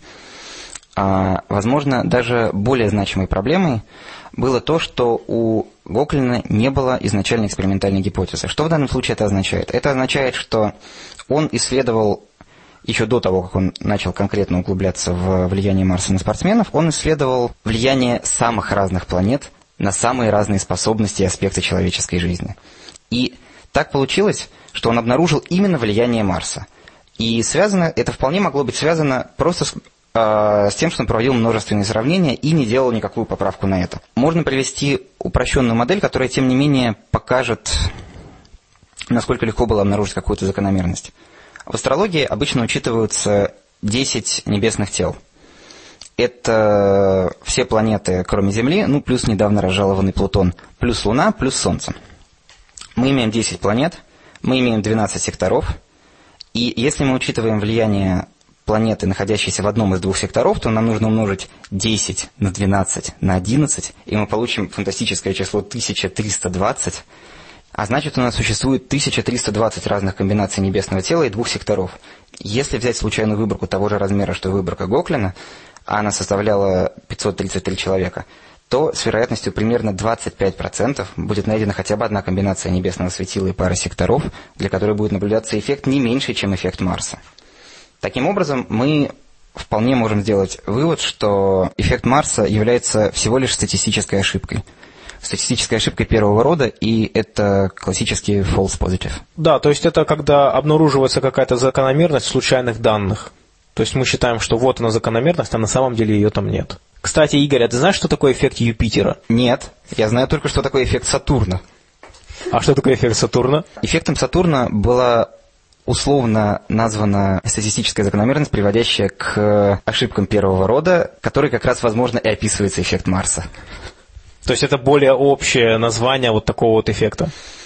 Возможно, даже более значимой проблемой было то, что у Гоклина не было изначальной экспериментальной гипотезы. Что в данном случае это означает? Это означает, что он исследовал, еще до того, как он начал конкретно углубляться в влияние Марса на спортсменов, он исследовал влияние самых разных планет на самые разные способности и аспекты человеческой жизни. И так получилось, что он обнаружил именно влияние Марса. И это вполне могло быть связано просто с тем, что он проводил множественные сравнения и не делал никакую поправку на это. Можно привести упрощенную модель, которая, тем не менее, покажет, насколько легко было обнаружить какую-то закономерность. В астрологии обычно учитываются 10 небесных тел. Это все планеты, кроме Земли, плюс недавно разжалованный Плутон, плюс Луна, плюс Солнце. Мы имеем 10 планет, мы имеем 12 секторов, и если мы учитываем влияние планеты, находящейся в одном из двух секторов, то нам нужно умножить 10 на 12 на 11, и мы получим фантастическое число 1320, а значит, у нас существует 1320 разных комбинаций небесного тела и двух секторов. Если взять случайную выборку того же размера, что и выборка Гоклина, а она составляла 533 человека, то с вероятностью примерно 25% будет найдена хотя бы одна комбинация небесного светила и пары секторов, для которой будет наблюдаться эффект не меньше, чем эффект Марса. Таким образом, мы вполне можем сделать вывод, что эффект Марса является всего лишь статистической ошибкой. статистическая ошибка первого рода, и это классический false positive. Да, то есть это когда обнаруживается какая-то закономерность в случайных данных. То есть мы считаем, что вот она закономерность, а на самом деле ее там нет. Кстати, Игорь, а ты знаешь, что такое эффект Юпитера? Нет, я знаю только, что такое эффект Сатурна. А что такое эффект Сатурна? Эффектом Сатурна была условно названа статистическая закономерность, приводящая к ошибкам первого рода, который как раз, возможно, и описывается эффект Марса. То есть это более общее название вот такого вот эффекта?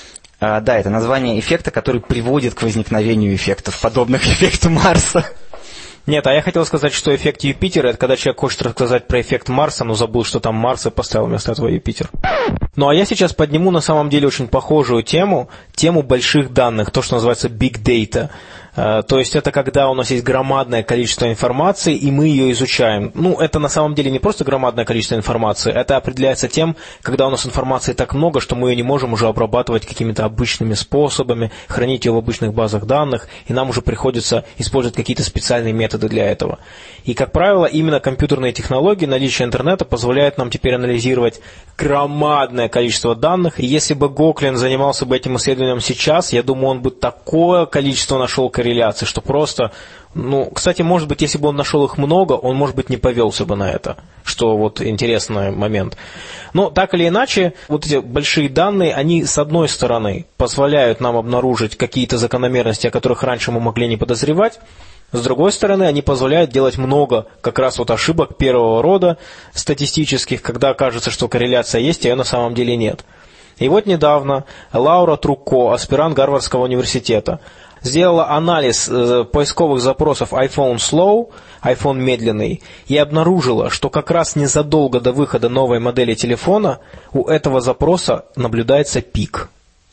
Да, это название эффекта, который приводит к возникновению эффектов, подобных эффекту Марса. Нет, а я хотел сказать, что эффект Юпитера — это когда человек хочет рассказать про эффект Марса, но забыл, что там Марс, и поставил вместо этого Юпитер. Ну, а я сейчас подниму на самом деле очень похожую тему больших данных, то, что называется Big Data. То есть это когда у нас есть громадное количество информации, и мы ее изучаем. Ну, это на самом деле не просто громадное количество информации, это определяется тем, когда у нас информации так много, что мы ее не можем уже обрабатывать какими-то обычными способами, хранить ее в обычных базах данных, и нам уже приходится использовать какие-то специальные методы для этого. И, как правило, именно компьютерные технологии, наличие интернета позволяет нам теперь анализировать громадное количество данных. И если бы Гоклин занимался бы этим исследованием сейчас, я думаю, он бы такое количество нашел корреляций, что просто... Ну, кстати, может быть, если бы он нашел их много, он, может быть, не повелся бы на это, что вот интересный момент. Но так или иначе, вот эти большие данные, они, с одной стороны, позволяют нам обнаружить какие-то закономерности, о которых раньше мы могли не подозревать. С другой стороны, они позволяют делать много как раз вот ошибок первого рода статистических, когда кажется, что корреляция есть, а ее на самом деле нет. И вот недавно Лаура Трукко, аспирант Гарвардского университета, сделала анализ поисковых запросов iPhone slow, iPhone медленный, и обнаружила, что как раз незадолго до выхода новой модели телефона у этого запроса наблюдается пик.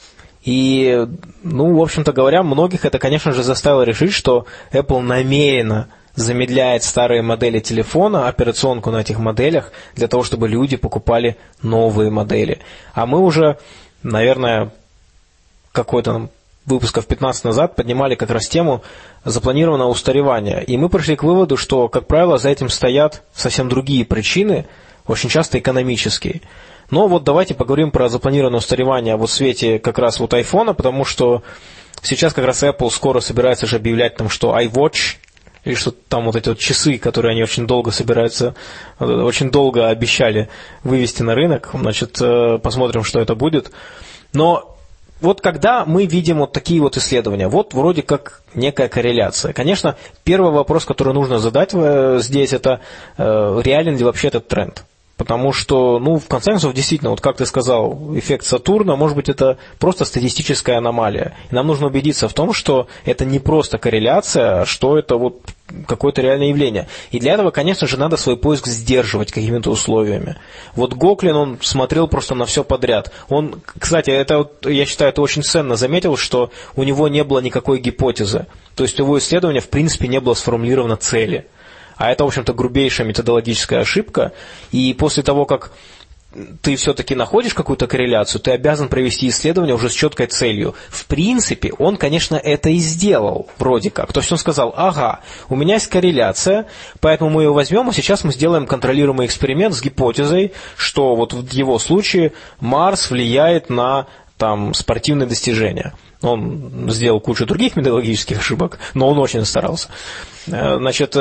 И, ну, в общем-то говоря, многих это, конечно же, заставило решить, что Apple намеренно замедляет старые модели телефона, операционку на этих моделях, для того, чтобы люди покупали новые модели. А мы уже, наверное, какой-то выпусков 15 назад поднимали как раз тему запланированного устаревания. И мы пришли к выводу, что, как правило, за этим стоят совсем другие причины, очень часто экономические. Но вот давайте поговорим про запланированное устаревание вот в свете как раз вот айфона, потому что сейчас как раз Apple скоро собирается же объявлять там, что iWatch, или что там вот эти вот часы, которые они очень долго собираются, очень долго обещали вывести на рынок. Значит, посмотрим, что это будет. Но вот когда мы видим вот такие вот исследования, вот вроде как некая корреляция. Конечно, первый вопрос, который нужно задать здесь, это реален ли вообще этот тренд. Потому что, ну, в конце концов, действительно, вот как ты сказал, эффект Сатурна, может быть, это просто статистическая аномалия. И нам нужно убедиться в том, что это не просто корреляция, а что это вот какое-то реальное явление. И для этого, конечно же, надо свой поиск сдерживать какими-то условиями. Вот Гоклин, он смотрел просто на все подряд. Он, кстати, это вот, я считаю, это очень ценно заметил, что у него не было никакой гипотезы. То есть у его исследования, в принципе, не было сформулировано цели. А это, в общем-то, грубейшая методологическая ошибка. И после того, как ты все-таки находишь какую-то корреляцию, ты обязан провести исследование уже с четкой целью. В принципе, он, конечно, это и сделал, вроде как. То есть он сказал, ага, у меня есть корреляция, поэтому мы ее возьмем, а сейчас мы сделаем контролируемый эксперимент с гипотезой, что вот в его случае Марс влияет на там, спортивные достижения. Он сделал кучу других методологических ошибок, но он очень старался. Значит,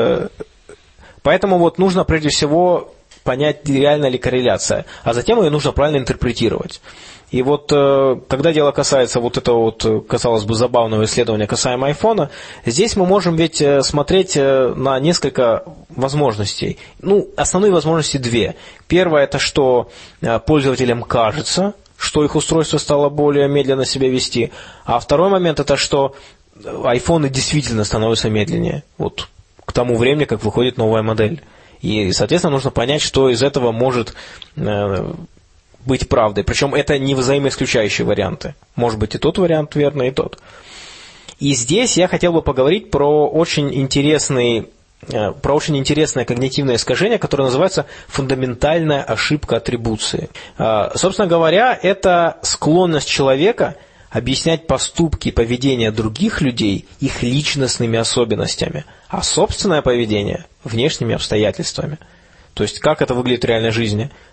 поэтому вот нужно прежде всего понять, реальна ли корреляция, а затем ее нужно правильно интерпретировать. И вот когда дело касается вот этого вот, казалось бы, забавного исследования касаемо айфона, здесь мы можем ведь смотреть на несколько возможностей. Ну, основные возможности две. Первое, это что пользователям кажется, что их устройство стало более медленно себя вести. А второй момент, это что айфоны действительно становятся медленнее. Вот к тому времени, как выходит новая модель. И, соответственно, нужно понять, что из этого может быть правдой. Причем это не взаимоисключающие варианты. Может быть и тот вариант верный, и тот. И здесь я хотел бы поговорить про очень интересное когнитивное искажение, которое называется фундаментальная ошибка атрибуции. Собственно говоря, это склонность человека объяснять поступки и поведение других людей их личностными особенностями, а собственное поведение внешними обстоятельствами. То есть, как это выглядит в реальной жизни?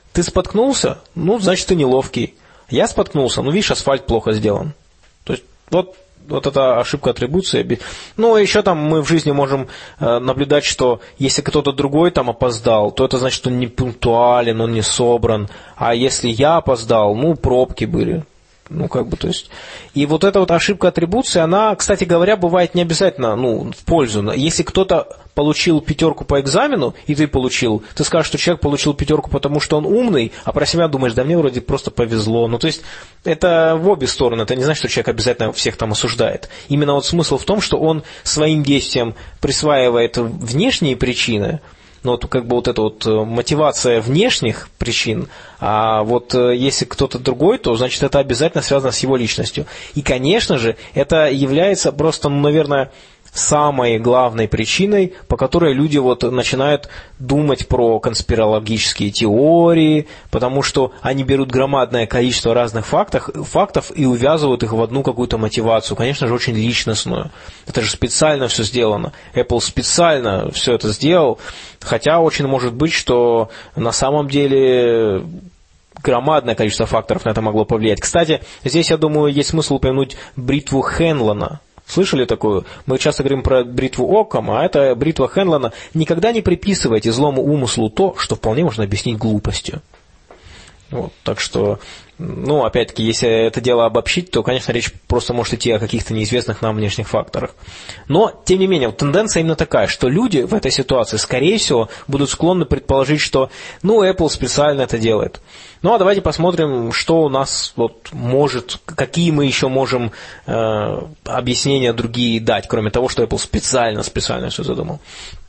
Ты споткнулся? Ну, значит, ты неловкий. Я споткнулся, ну, видишь, асфальт плохо сделан. То есть, вот эта ошибка атрибуции. Ну, еще там мы в жизни можем наблюдать, что если кто-то другой там опоздал, то это значит, что он не пунктуален, он не собран. А если я опоздал, ну, пробки были. Ну, как бы, то есть... И вот эта вот ошибка атрибуции, она, кстати говоря, бывает не обязательно, ну, в пользу. Если кто-то получил 5 по экзамену, и ты получил, ты скажешь, что человек получил 5, потому что он умный, а про себя думаешь, да мне вроде просто повезло. Ну, то есть, это в обе стороны. Это не значит, что человек обязательно всех там осуждает. Именно вот смысл в том, что он своим действием присваивает внешние причины, ну, вот как бы вот эта вот мотивация внешних причин, а вот если кто-то другой, то, значит, это обязательно связано с его личностью. И, конечно же, это является просто, ну, наверное, самой главной причиной, по которой люди вот начинают думать про конспирологические теории, потому что они берут громадное количество разных фактов и увязывают их в одну какую-то мотивацию, конечно же, очень личностную. Это же специально все сделано. Apple специально все это сделал, хотя очень может быть, что на самом деле громадное количество факторов на это могло повлиять. Кстати, здесь, я думаю, есть смысл упомянуть бритву Хенлона. Слышали такую? Мы часто говорим про бритву Оккам, а это бритва Хенлона. Никогда не приписывайте злому умыслу то, что вполне можно объяснить глупостью. Вот, так что, ну, опять-таки, если это дело обобщить, то, конечно, речь просто может идти о каких-то неизвестных нам внешних факторах. Но, тем не менее, вот тенденция именно такая, что люди в этой ситуации, скорее всего, будут склонны предположить, что, ну, Apple специально это делает. Ну, а давайте посмотрим, что у нас вот может, какие мы еще можем объяснения другие дать, кроме того, что Apple специально все задумал.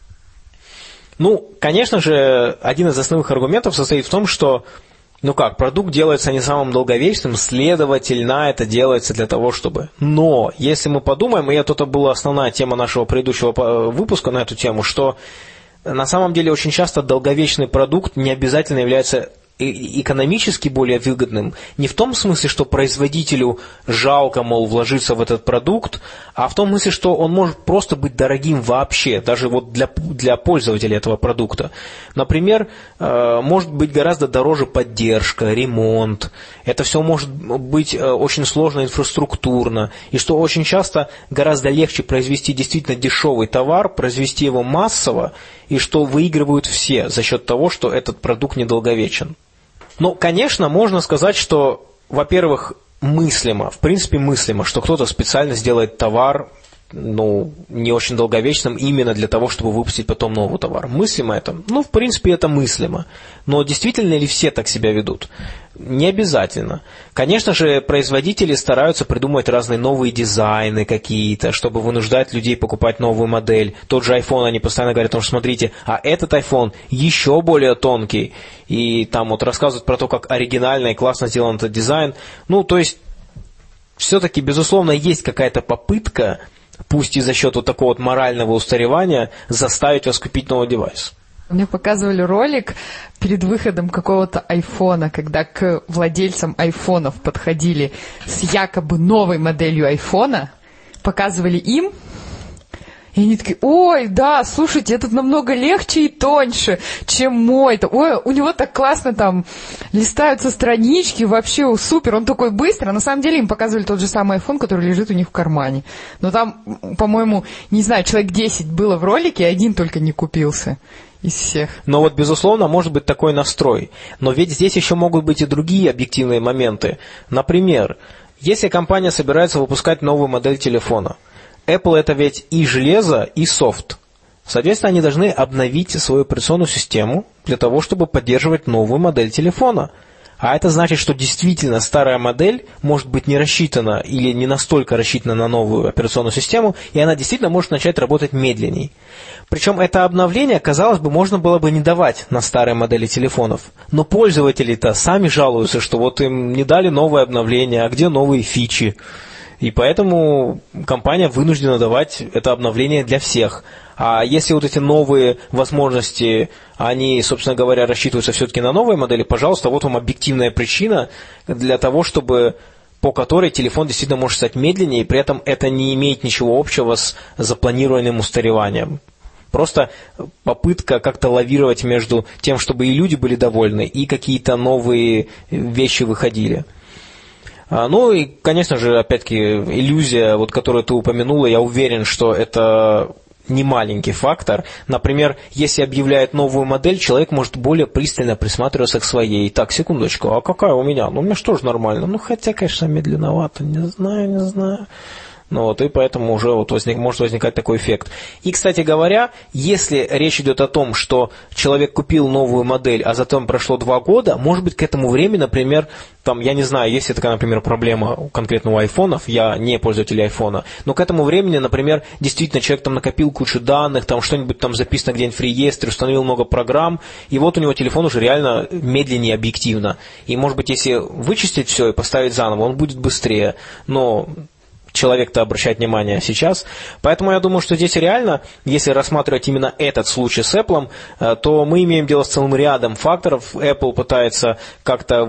Ну, конечно же, один из основных аргументов состоит в том, что, ну как, продукт делается не самым долговечным, следовательно, это делается для того, чтобы... Но, если мы подумаем, и это была основная тема нашего предыдущего выпуска на эту тему, что на самом деле очень часто долговечный продукт не обязательно является экономически более выгодным, не в том смысле, что производителю жалко, мол, вложиться в этот продукт, а в том смысле, что он может просто быть дорогим вообще, даже вот для пользователя этого продукта. Например, может быть гораздо дороже поддержка, ремонт. Это все может быть очень сложно инфраструктурно, и что очень часто гораздо легче произвести действительно дешевый товар, произвести его массово, и что выигрывают все за счет того, что этот продукт недолговечен. Ну, конечно, можно сказать, что, во-первых, в принципе мыслимо, что кто-то специально сделает товар, ну, не очень долговечным именно для того, чтобы выпустить потом новый товар. Мыслимо это? Ну, в принципе, это мыслимо. Но действительно ли все так себя ведут? Не обязательно. Конечно же, производители стараются придумать разные новые дизайны какие-то, чтобы вынуждать людей покупать новую модель. Тот же iPhone, они постоянно говорят, что смотрите, а этот iPhone еще более тонкий. И там вот рассказывают про то, как оригинально и классно сделан этот дизайн. Ну, то есть, все-таки, безусловно, есть какая-то попытка, пусть и за счет вот такого вот морального устаревания, заставить вас купить новый девайс. Мне показывали ролик перед выходом какого-то айфона, когда к владельцам айфонов подходили с якобы новой моделью айфона, показывали им, и они такие: ой, да, слушайте, этот намного легче и тоньше, чем мой-то. Ой, у него так классно там листаются странички, вообще супер, он такой быстрый. А на самом деле им показывали тот же самый iPhone, который лежит у них в кармане. Но там, по-моему, не знаю, человек 10 было в ролике, и один только не купился из всех. Но вот, безусловно, может быть такой настрой. Но ведь здесь еще могут быть и другие объективные моменты. Например, если компания собирается выпускать новую модель телефона, Apple это ведь и железо, и софт. Соответственно, они должны обновить свою операционную систему для того, чтобы поддерживать новую модель телефона. А это значит, что действительно старая модель может быть не рассчитана или не настолько рассчитана на новую операционную систему, и она действительно может начать работать медленней. Причем это обновление, казалось бы, можно было бы не давать на старые модели телефонов. Но пользователи-то сами жалуются, что вот им не дали новое обновление, а где новые фичи. И поэтому компания вынуждена давать это обновление для всех. А если вот эти новые возможности, они, собственно говоря, рассчитываются все-таки на новые модели, пожалуйста, вот вам объективная причина для того, чтобы по которой телефон действительно может стать медленнее, и при этом это не имеет ничего общего с запланированным устареванием. Просто попытка как-то лавировать между тем, чтобы и люди были довольны, и какие-то новые вещи выходили. Ну и, конечно же, опять-таки, иллюзия, вот, которую ты упомянула, я уверен, что это не маленький фактор. Например, если объявляют новую модель, человек может более пристально присматриваться к своей. Так, секундочку, а какая у меня? Ну, у меня что ж нормально. Ну, хотя, конечно, медленновато, не знаю. Ну вот, и поэтому уже вот может возникать такой эффект. И, кстати говоря, если речь идет о том, что человек купил новую модель, а затем прошло 2 года, может быть, к этому времени, например, там, я не знаю, есть ли такая, например, проблема конкретно у айфонов, я не пользователь айфона, но к этому времени, например, действительно человек там накопил кучу данных, там что-нибудь там записано где-нибудь в реестре, установил много программ, и вот у него телефон уже реально медленнее объективно. И, может быть, если вычистить все и поставить заново, он будет быстрее, но человек-то обращает внимание сейчас. Поэтому я думаю, что здесь реально, если рассматривать именно этот случай с Apple, то мы имеем дело с целым рядом факторов. Apple пытается как-то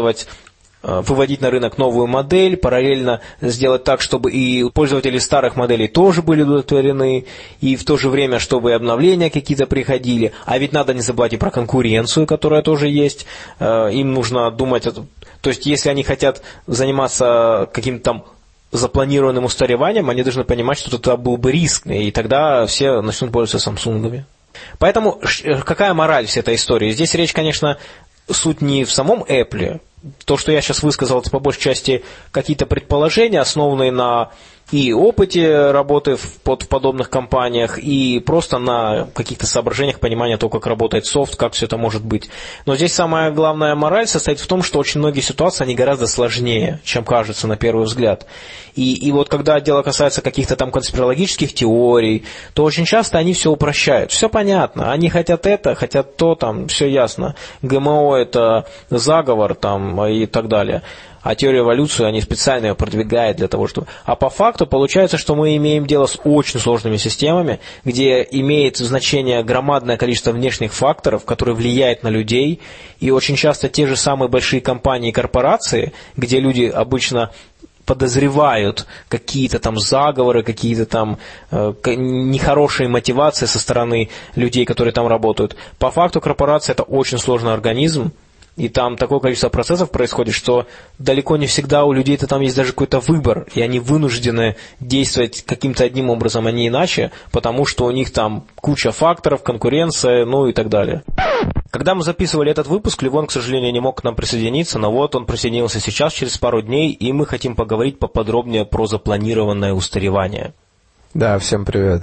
выводить на рынок новую модель, параллельно сделать так, чтобы и пользователи старых моделей тоже были удовлетворены, и в то же время, чтобы и обновления какие-то приходили. А ведь надо не забывать и про конкуренцию, которая тоже есть. Им нужно думать, то есть если они хотят заниматься каким-то там запланированным устареванием, они должны понимать, что это был бы риск, и тогда все начнут пользоваться Самсунгами. Поэтому какая мораль всей этой истории? Здесь речь, конечно, суть не в самом Apple. То, что я сейчас высказал, это по большей части какие-то предположения, основанные на и опыте работы в подобных компаниях, и просто на каких-то соображениях понимания того, как работает софт, как все это может быть. Но здесь самая главная мораль состоит в том, что очень многие ситуации, они гораздо сложнее, чем кажется на первый взгляд. И вот когда дело касается каких-то там конспирологических теорий, то очень часто они все упрощают. Все понятно. Они хотят это, хотят то, там, все ясно. ГМО – это заговор, там, и так далее. А теорию эволюции они специально ее продвигают для того, чтобы... А по факту получается, что мы имеем дело с очень сложными системами, где имеет значение громадное количество внешних факторов, которые влияют на людей, и очень часто те же самые большие компании и корпорации, где люди обычно подозревают какие-то там заговоры, какие-то там нехорошие мотивации со стороны людей, которые там работают. По факту корпорация – это очень сложный организм, и там такое количество процессов происходит, что далеко не всегда у людей-то там есть даже какой-то выбор, и они вынуждены действовать каким-то одним образом, а не иначе, потому что у них там куча факторов, конкуренция, ну и так далее. Когда мы записывали этот выпуск, Левон, к сожалению, не мог к нам присоединиться, но вот он присоединился сейчас, через пару дней, и мы хотим поговорить поподробнее про запланированное устаревание. Да, всем привет.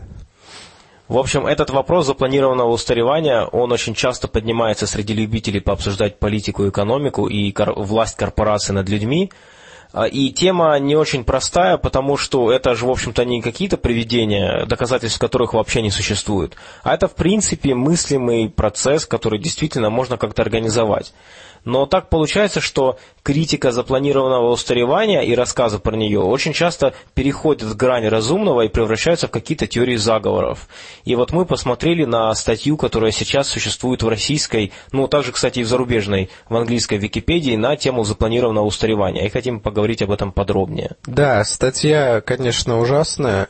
В общем, этот вопрос запланированного устаревания, он очень часто поднимается среди любителей пообсуждать политику и экономику и власть корпораций над людьми. И тема не очень простая, потому что это же, в общем-то, не какие-то привидения, доказательств которых вообще не существует, а это, в принципе, мыслимый процесс, который действительно можно как-то организовать. Но так получается, что критика запланированного устаревания и рассказы про нее очень часто переходят в грань разумного и превращаются в какие-то теории заговоров. И вот мы посмотрели на статью, которая сейчас существует в российской, ну также, кстати, и в зарубежной, в английской Википедии на тему запланированного устаревания. И хотим поговорить об этом подробнее. Да, статья, конечно, ужасная.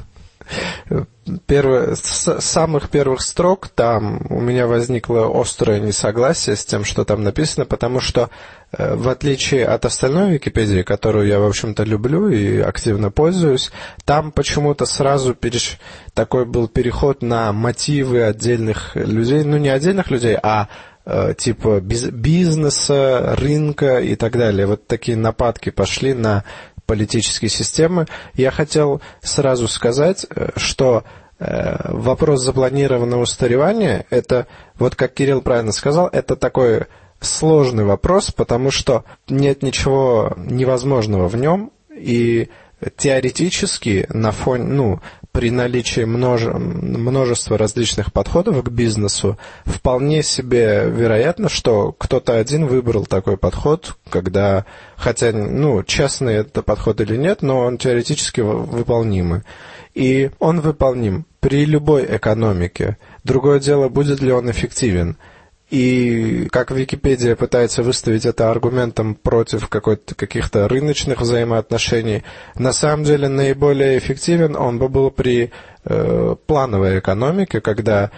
С самых первых строк там у меня возникло острое несогласие с тем, что там написано, потому что, в отличие от остальной Википедии, которую я, в общем-то, люблю и активно пользуюсь, там почему-то сразу такой был переход на мотивы отдельных людей, ну не отдельных людей, а типа бизнеса, рынка и так далее. Вот такие нападки пошли на политические системы. Я хотел сразу сказать, что вопрос запланированного устаревания, это, вот как Кирилл правильно сказал, это такой сложный вопрос, потому что нет ничего невозможного в нем, и теоретически на фоне, при наличии множества различных подходов к бизнесу, вполне себе вероятно, что кто-то один выбрал такой подход, хотя, честный это подход или нет, но он теоретически выполнимый. И он выполним при любой экономике. Другое дело, будет ли он эффективен. И как Википедия пытается выставить это аргументом против каких-то рыночных взаимоотношений, на самом деле наиболее эффективен он бы был при плановой экономике, когда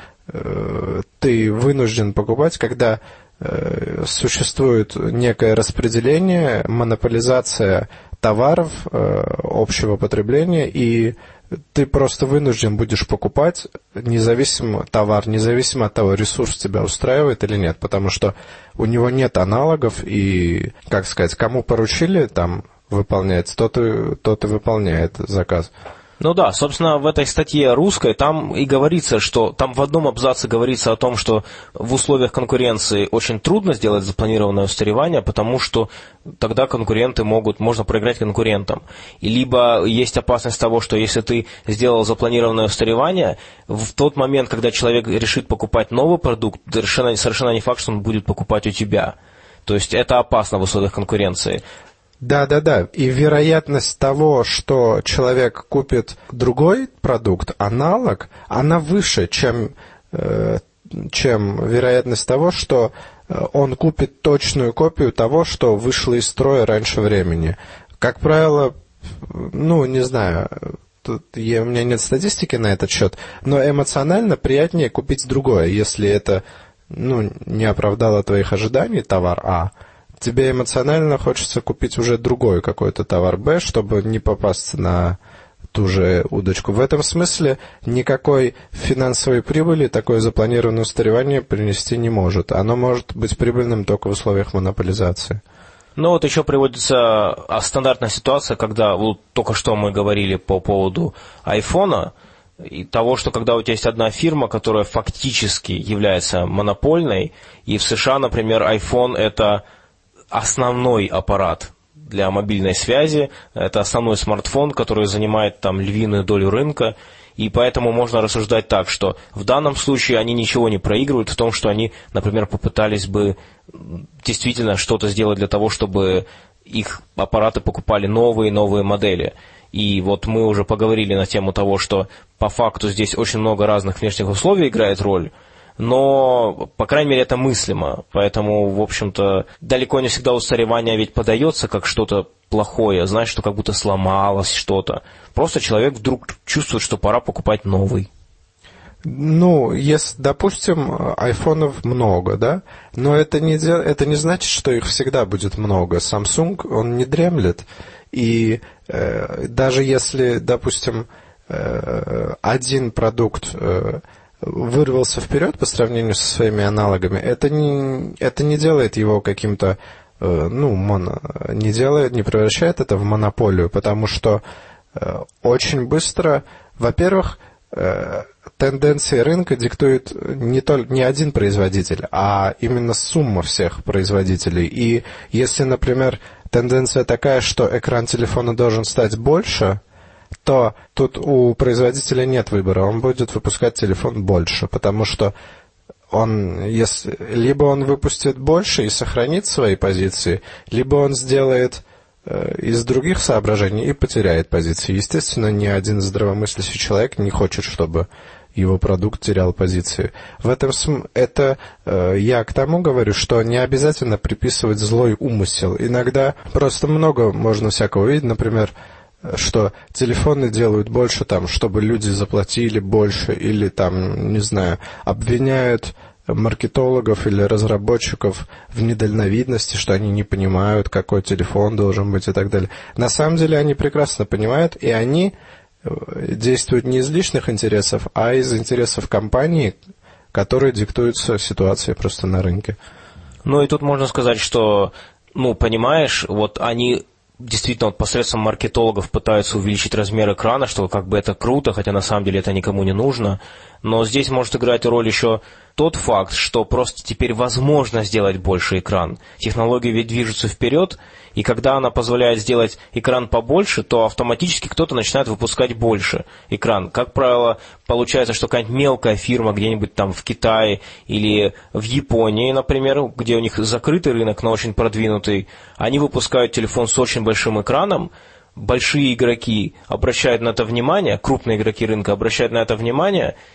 ты вынужден покупать, когда существует некое распределение, монополизация товаров общего потребления, и ты просто вынужден будешь покупать независимо от того, ресурс тебя устраивает или нет, потому что у него нет аналогов, и, как сказать, кому поручили там выполнять, тот и выполняет заказ. Ну да, собственно, в этой статье русской там и говорится, что там в одном абзаце говорится о том, что в условиях конкуренции очень трудно сделать запланированное устаревание, потому что тогда можно проиграть конкурентам. И либо есть опасность того, что если ты сделал запланированное устаревание, в тот момент, когда человек решит покупать новый продукт, совершенно не факт, что он будет покупать у тебя. То есть это опасно в условиях конкуренции. Да. И вероятность того, что человек купит другой продукт, аналог, она выше, чем вероятность того, что он купит точную копию того, что вышло из строя раньше времени. Как правило, не знаю, тут у меня нет статистики на этот счет, но эмоционально приятнее купить другое, если это не оправдало твоих ожиданий, товар А. Тебе эмоционально хочется купить уже другой какой-то товар Б, чтобы не попасться на ту же удочку. В этом смысле никакой финансовой прибыли такое запланированное устаревание принести не может. Оно может быть прибыльным только в условиях монополизации. Ну вот еще приводится стандартная ситуация, когда только что мы говорили по поводу айфона, и того, что когда у тебя есть одна фирма, которая фактически является монопольной, и в США, например, iPhone – это основной аппарат для мобильной связи, это основной смартфон, который занимает там львиную долю рынка, и поэтому можно рассуждать так, что в данном случае они ничего не проигрывают в том, что они, например, попытались бы действительно что-то сделать для того, чтобы их аппараты покупали новые модели. И вот мы уже поговорили на тему того, что по факту здесь очень много разных внешних условий играет роль, но, по крайней мере, это мыслимо. Поэтому, в общем-то, далеко не всегда устаревание ведь подается как что-то плохое, знаешь, что как будто сломалось что-то. Просто человек вдруг чувствует, что пора покупать новый. Если, допустим, айфонов много, да, но это не значит, что их всегда будет много. Samsung, он не дремлет. И даже если, допустим, один продукт вырвался вперед по сравнению со своими аналогами, это не делает его каким-то, не превращает это в монополию, потому что очень быстро, во-первых, тенденции рынка диктует не один производитель, а именно сумма всех производителей. И если, например, тенденция такая, что экран телефона должен стать больше, то тут у производителя нет выбора, он будет выпускать телефон больше, потому что либо он выпустит больше и сохранит свои позиции, либо он сделает из других соображений и потеряет позиции. Естественно, ни один здравомыслящий человек не хочет, чтобы его продукт терял позиции. В этом я к тому говорю, что не обязательно приписывать злой умысел. Иногда просто много можно всякого видеть, например, что телефоны делают больше, чтобы люди заплатили больше, или обвиняют маркетологов или разработчиков в недальновидности, что они не понимают, какой телефон должен быть и так далее. На самом деле они прекрасно понимают, и они действуют не из личных интересов, а из интересов компании, которые диктуются ситуацией просто на рынке. И тут можно сказать, что, понимаешь, они действительно посредством маркетологов пытаются увеличить размер экрана, что это круто, хотя на самом деле это никому не нужно. Но здесь может играть роль еще тот факт, что просто теперь возможно сделать больше экран. Технологии ведь движутся вперед, и когда она позволяет сделать экран побольше, то автоматически кто-то начинает выпускать больше экран. Как правило, получается, что какая-нибудь мелкая фирма где-нибудь там в Китае или в Японии, например, где у них закрытый рынок, но очень продвинутый, они выпускают телефон с очень большим экраном. Большие игроки обращают на это внимание, крупные игроки рынка обращают на это внимание,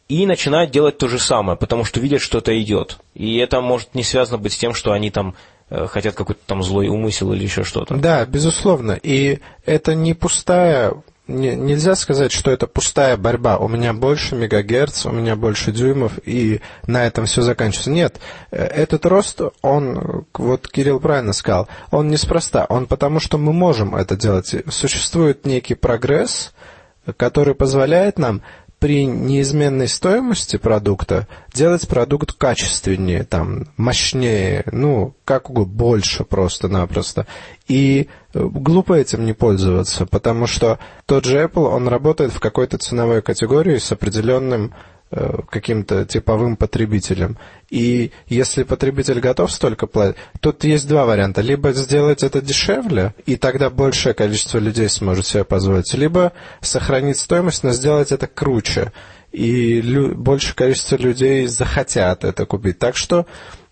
и начинают делать то же самое, потому что видят, что это идет. И это может не связано быть с тем, что они там хотят какой-то там злой умысел или еще что-то. Да, безусловно. И это не пустая... Нельзя сказать, что это пустая борьба. У меня больше мегагерц, у меня больше дюймов, и на этом все заканчивается. Нет, этот рост, он, вот Кирилл правильно сказал, он неспроста. Он потому, что мы можем это делать. Существует некий прогресс, который позволяет нам при неизменной стоимости продукта делать продукт качественнее, там, мощнее, ну, как угодно, больше просто-напросто. И глупо этим не пользоваться, потому что тот же Apple, он работает в какой-то ценовой категории с определенным каким-то типовым потребителем. И если потребитель готов столько платить, тут есть два варианта. Либо сделать это дешевле, и тогда большее количество людей сможет себе позволить, либо сохранить стоимость, но сделать это круче. И большее количество людей захотят это купить. Так что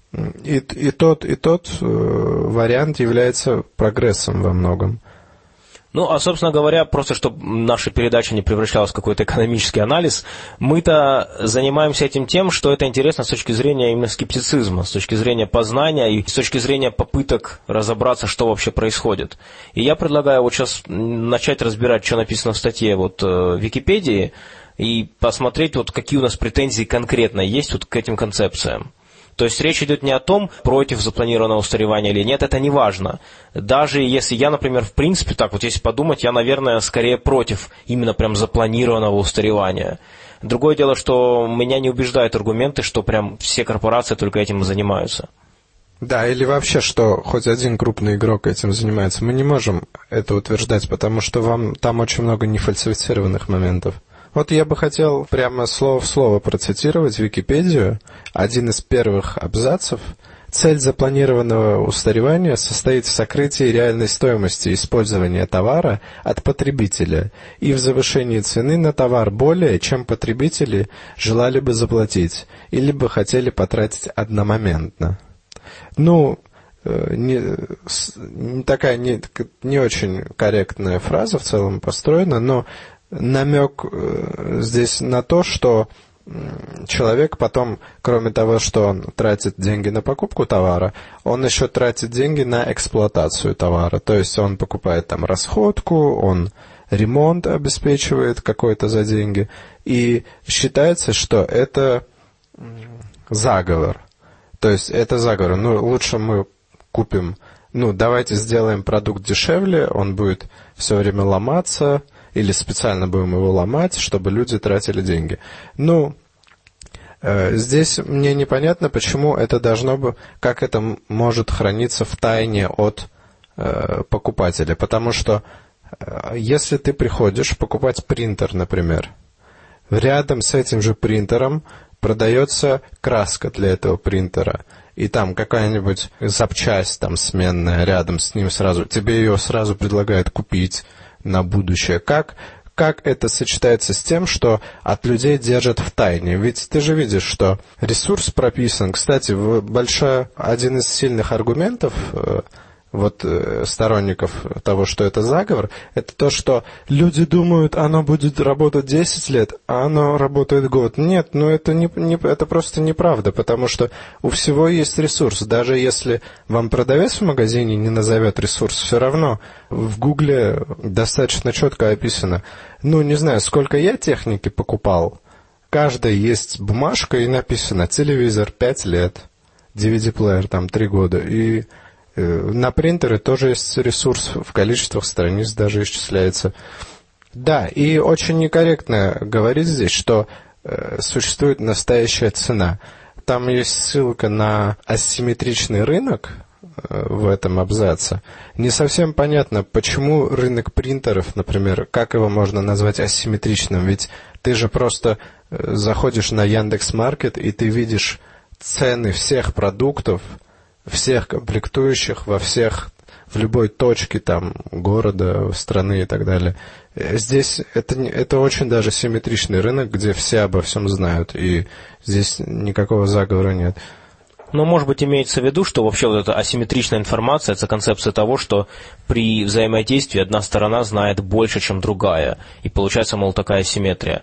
и тот вариант является прогрессом во многом. Ну, а, собственно говоря, просто чтобы наша передача не превращалась в какой-то экономический анализ, мы-то занимаемся этим тем, что это интересно с точки зрения именно скептицизма, с точки зрения познания и с точки зрения попыток разобраться, что вообще происходит. И я предлагаю вот сейчас начать разбирать, что написано в статье вот в Википедии, и посмотреть, вот какие у нас претензии конкретно есть вот к этим концепциям. То есть речь идет не о том, против запланированного устаревания или нет, это не важно. Даже если я, например, в принципе, так вот если подумать, я, наверное, скорее против именно прям запланированного устаревания. Другое дело, что меня не убеждают аргументы, что прям все корпорации только этим и занимаются. Да, или вообще, что хоть один крупный игрок этим занимается. Мы не можем это утверждать, потому что там очень много нефальсифицированных моментов. Вот я бы хотел прямо слово в слово процитировать Википедию. Один из первых абзацев. Цель запланированного устаревания состоит в сокрытии реальной стоимости использования товара от потребителя и в завышении цены на товар более, чем потребители желали бы заплатить или бы хотели потратить одномоментно. Ну, такая не очень корректная фраза в целом построена, но намек здесь на то, что человек потом, кроме того, что он тратит деньги на покупку товара, он еще тратит деньги на эксплуатацию товара. То есть он покупает там расходку, он ремонт обеспечивает какой-то за деньги. И считается, что это заговор. То есть это заговор. Ну, лучше мы купим, давайте сделаем продукт дешевле, он будет все время ломаться, или специально будем его ломать, чтобы люди тратили деньги. Здесь мне непонятно, почему это как это может храниться в тайне от покупателя. Потому что если ты приходишь покупать принтер, например, рядом с этим же принтером продается краска для этого принтера. И там какая-нибудь запчасть там сменная рядом с ним сразу, тебе ее сразу предлагают купить на будущее. Как это сочетается с тем, что от людей держат в тайне? Ведь ты же видишь, что ресурс прописан. Кстати, один из сильных аргументов сторонников того, что это заговор, это то, что люди думают, оно будет работать 10 лет, а оно работает год. Нет, это просто неправда, потому что у всего есть ресурс. Даже если вам продавец в магазине не назовет ресурс, все равно в Гугле достаточно четко описано. Не знаю, сколько я техники покупал. Каждой есть бумажка и написано: телевизор 5 лет, DVD-плеер 3 года, и на принтеры тоже есть ресурс, в количествах страниц даже исчисляется. Да, и очень некорректно говорить здесь, что существует настоящая цена. Там есть ссылка на асимметричный рынок в этом абзаце. Не совсем понятно, почему рынок принтеров, например, как его можно назвать асимметричным, ведь ты же просто заходишь на Яндекс.Маркет, и ты видишь цены всех продуктов, всех комплектующих в любой точке города, страны и так далее. Здесь это очень даже симметричный рынок, где все обо всем знают, и здесь никакого заговора нет. Но, может быть, имеется в виду, что вообще вот эта асимметричная информация – это концепция того, что при взаимодействии одна сторона знает больше, чем другая, и получается, мол, такая асимметрия.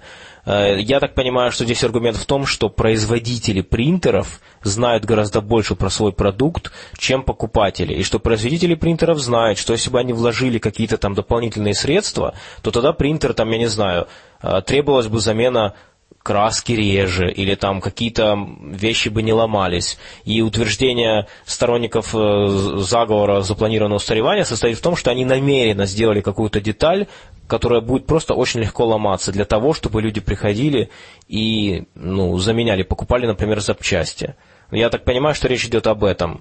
Я так понимаю, что здесь аргумент в том, что производители принтеров знают гораздо больше про свой продукт, чем покупатели. И что производители принтеров знают, что если бы они вложили какие-то там дополнительные средства, то тогда принтер, там, я не знаю, требовалась бы замена краски реже, или там какие-то вещи бы не ломались. И утверждение сторонников заговора запланированного устаревания состоит в том, что они намеренно сделали какую-то деталь, которая будет просто очень легко ломаться, для того, чтобы люди приходили и заменяли, покупали, например, запчасти. Я так понимаю, что речь идет об этом.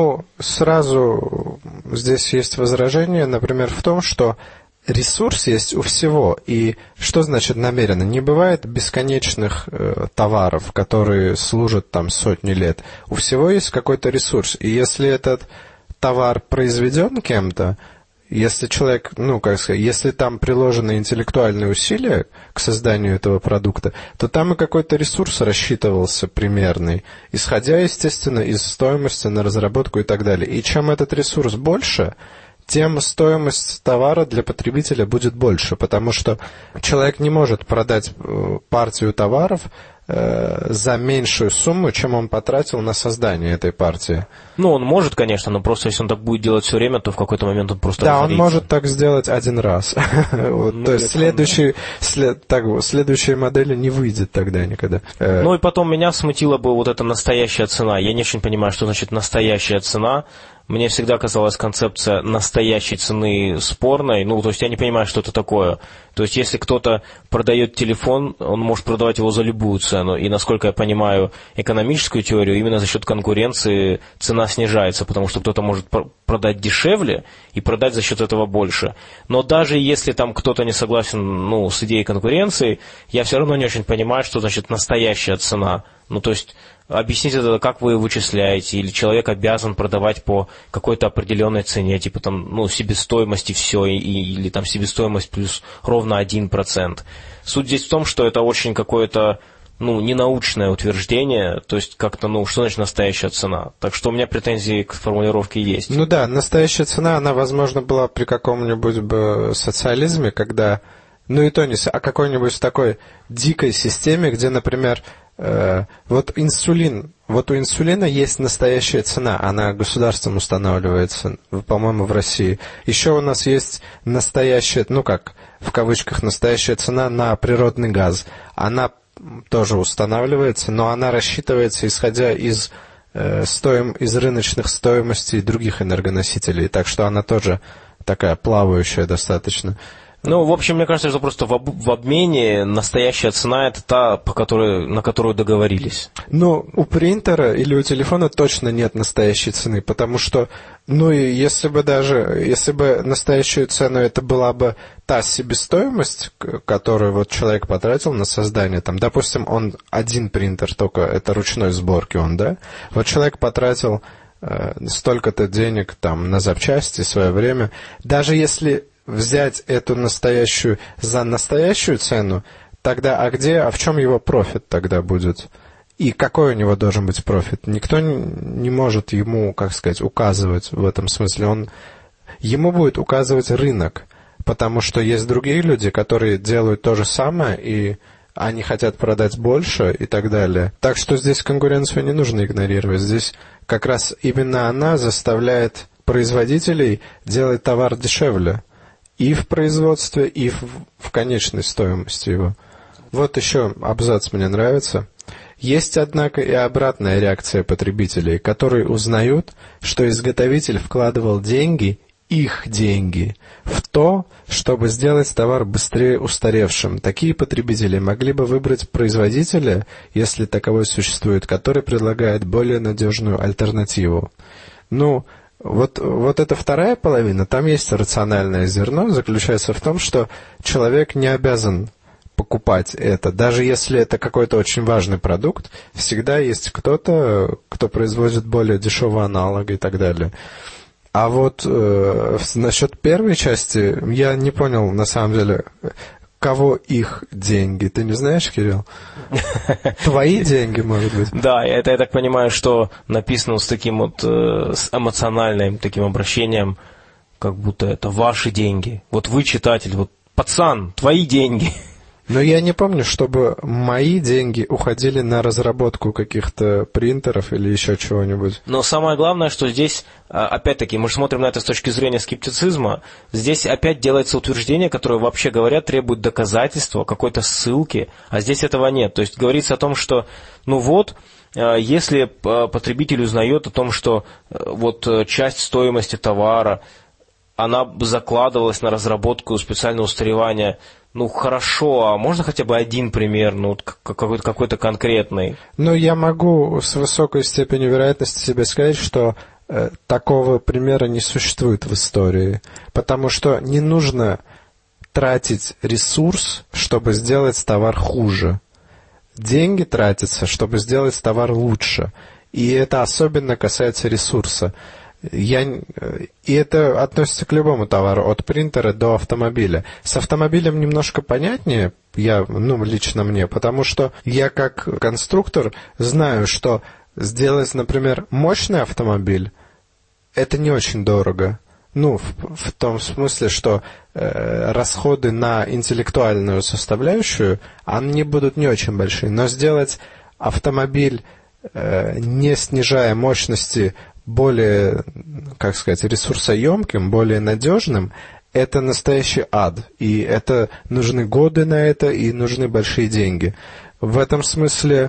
Сразу здесь есть возражение, например, в том, что ресурс есть у всего. И что значит намеренно? Не бывает бесконечных товаров, которые служат там сотни лет. У всего есть какой-то ресурс. И если этот товар произведен кем-то, если человек, если там приложены интеллектуальные усилия к созданию этого продукта, то там и какой-то ресурс рассчитывался примерный, исходя, естественно, из стоимости на разработку и так далее. И чем этот ресурс больше, тем стоимость товара для потребителя будет больше, потому что человек не может продать партию товаров за меньшую сумму, чем он потратил на создание этой партии. Он может, конечно, но просто если он так будет делать все время, то в какой-то момент он просто разорится. Он может так сделать один раз. То есть следующие модели не выйдет тогда никогда. И потом меня смутила бы вот эта настоящая цена. Я не очень понимаю, что значит настоящая цена. Мне всегда казалась концепция настоящей цены спорной. То есть я не понимаю, что это такое. То есть если кто-то продает телефон, он может продавать его за любую цену. И, насколько я понимаю экономическую теорию, именно за счет конкуренции цена снижается, потому что кто-то может продать дешевле и продать за счет этого больше. Но даже если там кто-то не согласен с идеей конкуренции, я все равно не очень понимаю, что значит настоящая цена. То есть объясните это, как вы вычисляете, или человек обязан продавать по какой-то определенной цене, типа там, себестоимости все, или там себестоимость плюс ровно 1%. Суть здесь в том, что это очень какое-то, ненаучное утверждение, то есть как-то, что значит настоящая цена. Так что у меня претензии к формулировке есть. Настоящая цена, она, возможно, была при каком-нибудь бы социализме, когда, и то не, а какой-нибудь такой дикой системе, где, например, инсулин. У инсулина есть настоящая цена, она государством устанавливается, по-моему, в России. Еще у нас есть настоящая, в кавычках, настоящая цена на природный газ. Она тоже устанавливается, но она рассчитывается исходя из рыночных стоимостей других энергоносителей, так что она тоже такая плавающая достаточно. В общем, мне кажется, что просто в обмене настоящая цена – это та, на которую договорились. У принтера или у телефона точно нет настоящей цены, потому что, если бы настоящую цену это была бы та себестоимость, которую человек потратил на создание, допустим, он один принтер, только это ручной сборки человек потратил столько-то денег на запчасти, свое время, даже если взять эту настоящую за настоящую цену, тогда а в чем его профит тогда будет? И какой у него должен быть профит? Никто не может ему, указывать в этом смысле. Ему будет указывать рынок, потому что есть другие люди, которые делают то же самое, и они хотят продать больше и так далее. Так что здесь конкуренцию не нужно игнорировать. Здесь как раз именно она заставляет производителей делать товар дешевле. И в производстве, и в конечной стоимости его. Вот еще абзац мне нравится. Есть, однако, и обратная реакция потребителей, которые узнают, что изготовитель вкладывал деньги, их деньги, в то, чтобы сделать товар быстрее устаревшим. Такие потребители могли бы выбрать производителя, если таковой существует, который предлагает более надежную альтернативу. Вот эта вторая половина, там есть рациональное зерно, заключается в том, что человек не обязан покупать это. Даже если это какой-то очень важный продукт, всегда есть кто-то, кто производит более дешевый аналог и так далее. А насчет первой части я не понял, на самом деле, кого их деньги? Ты не знаешь, Кирилл? Твои деньги, может быть? Да, это я так понимаю, что написано с таким с эмоциональным таким обращением, как будто это ваши деньги. Вы читатель, пацан, твои деньги. Но я не помню, чтобы мои деньги уходили на разработку каких-то принтеров или еще чего-нибудь. Но самое главное, что здесь, опять-таки, мы же смотрим на это с точки зрения скептицизма, здесь опять делается утверждение, которое, вообще говоря, требует доказательства, какой-то ссылки, а здесь этого нет. То есть говорится о том, что, если потребитель узнает о том, что часть стоимости товара, она закладывалась на разработку специального устаревания, хорошо, а можно хотя бы один пример, какой-то конкретный? Я могу с высокой степенью вероятности себе сказать, что такого примера не существует в истории, потому что не нужно тратить ресурс, чтобы сделать товар хуже. Деньги тратятся, чтобы сделать товар лучше, и это особенно касается ресурса. И это относится к любому товару, от принтера до автомобиля. С автомобилем немножко понятнее, лично мне, потому что я как конструктор знаю, что сделать, например, мощный автомобиль, это не очень дорого. В том смысле, что расходы на интеллектуальную составляющую, они будут не очень большие. Но сделать автомобиль, не снижая мощности, более, ресурсоемким, более надежным, это настоящий ад. И это нужны годы на это, и нужны большие деньги. В этом смысле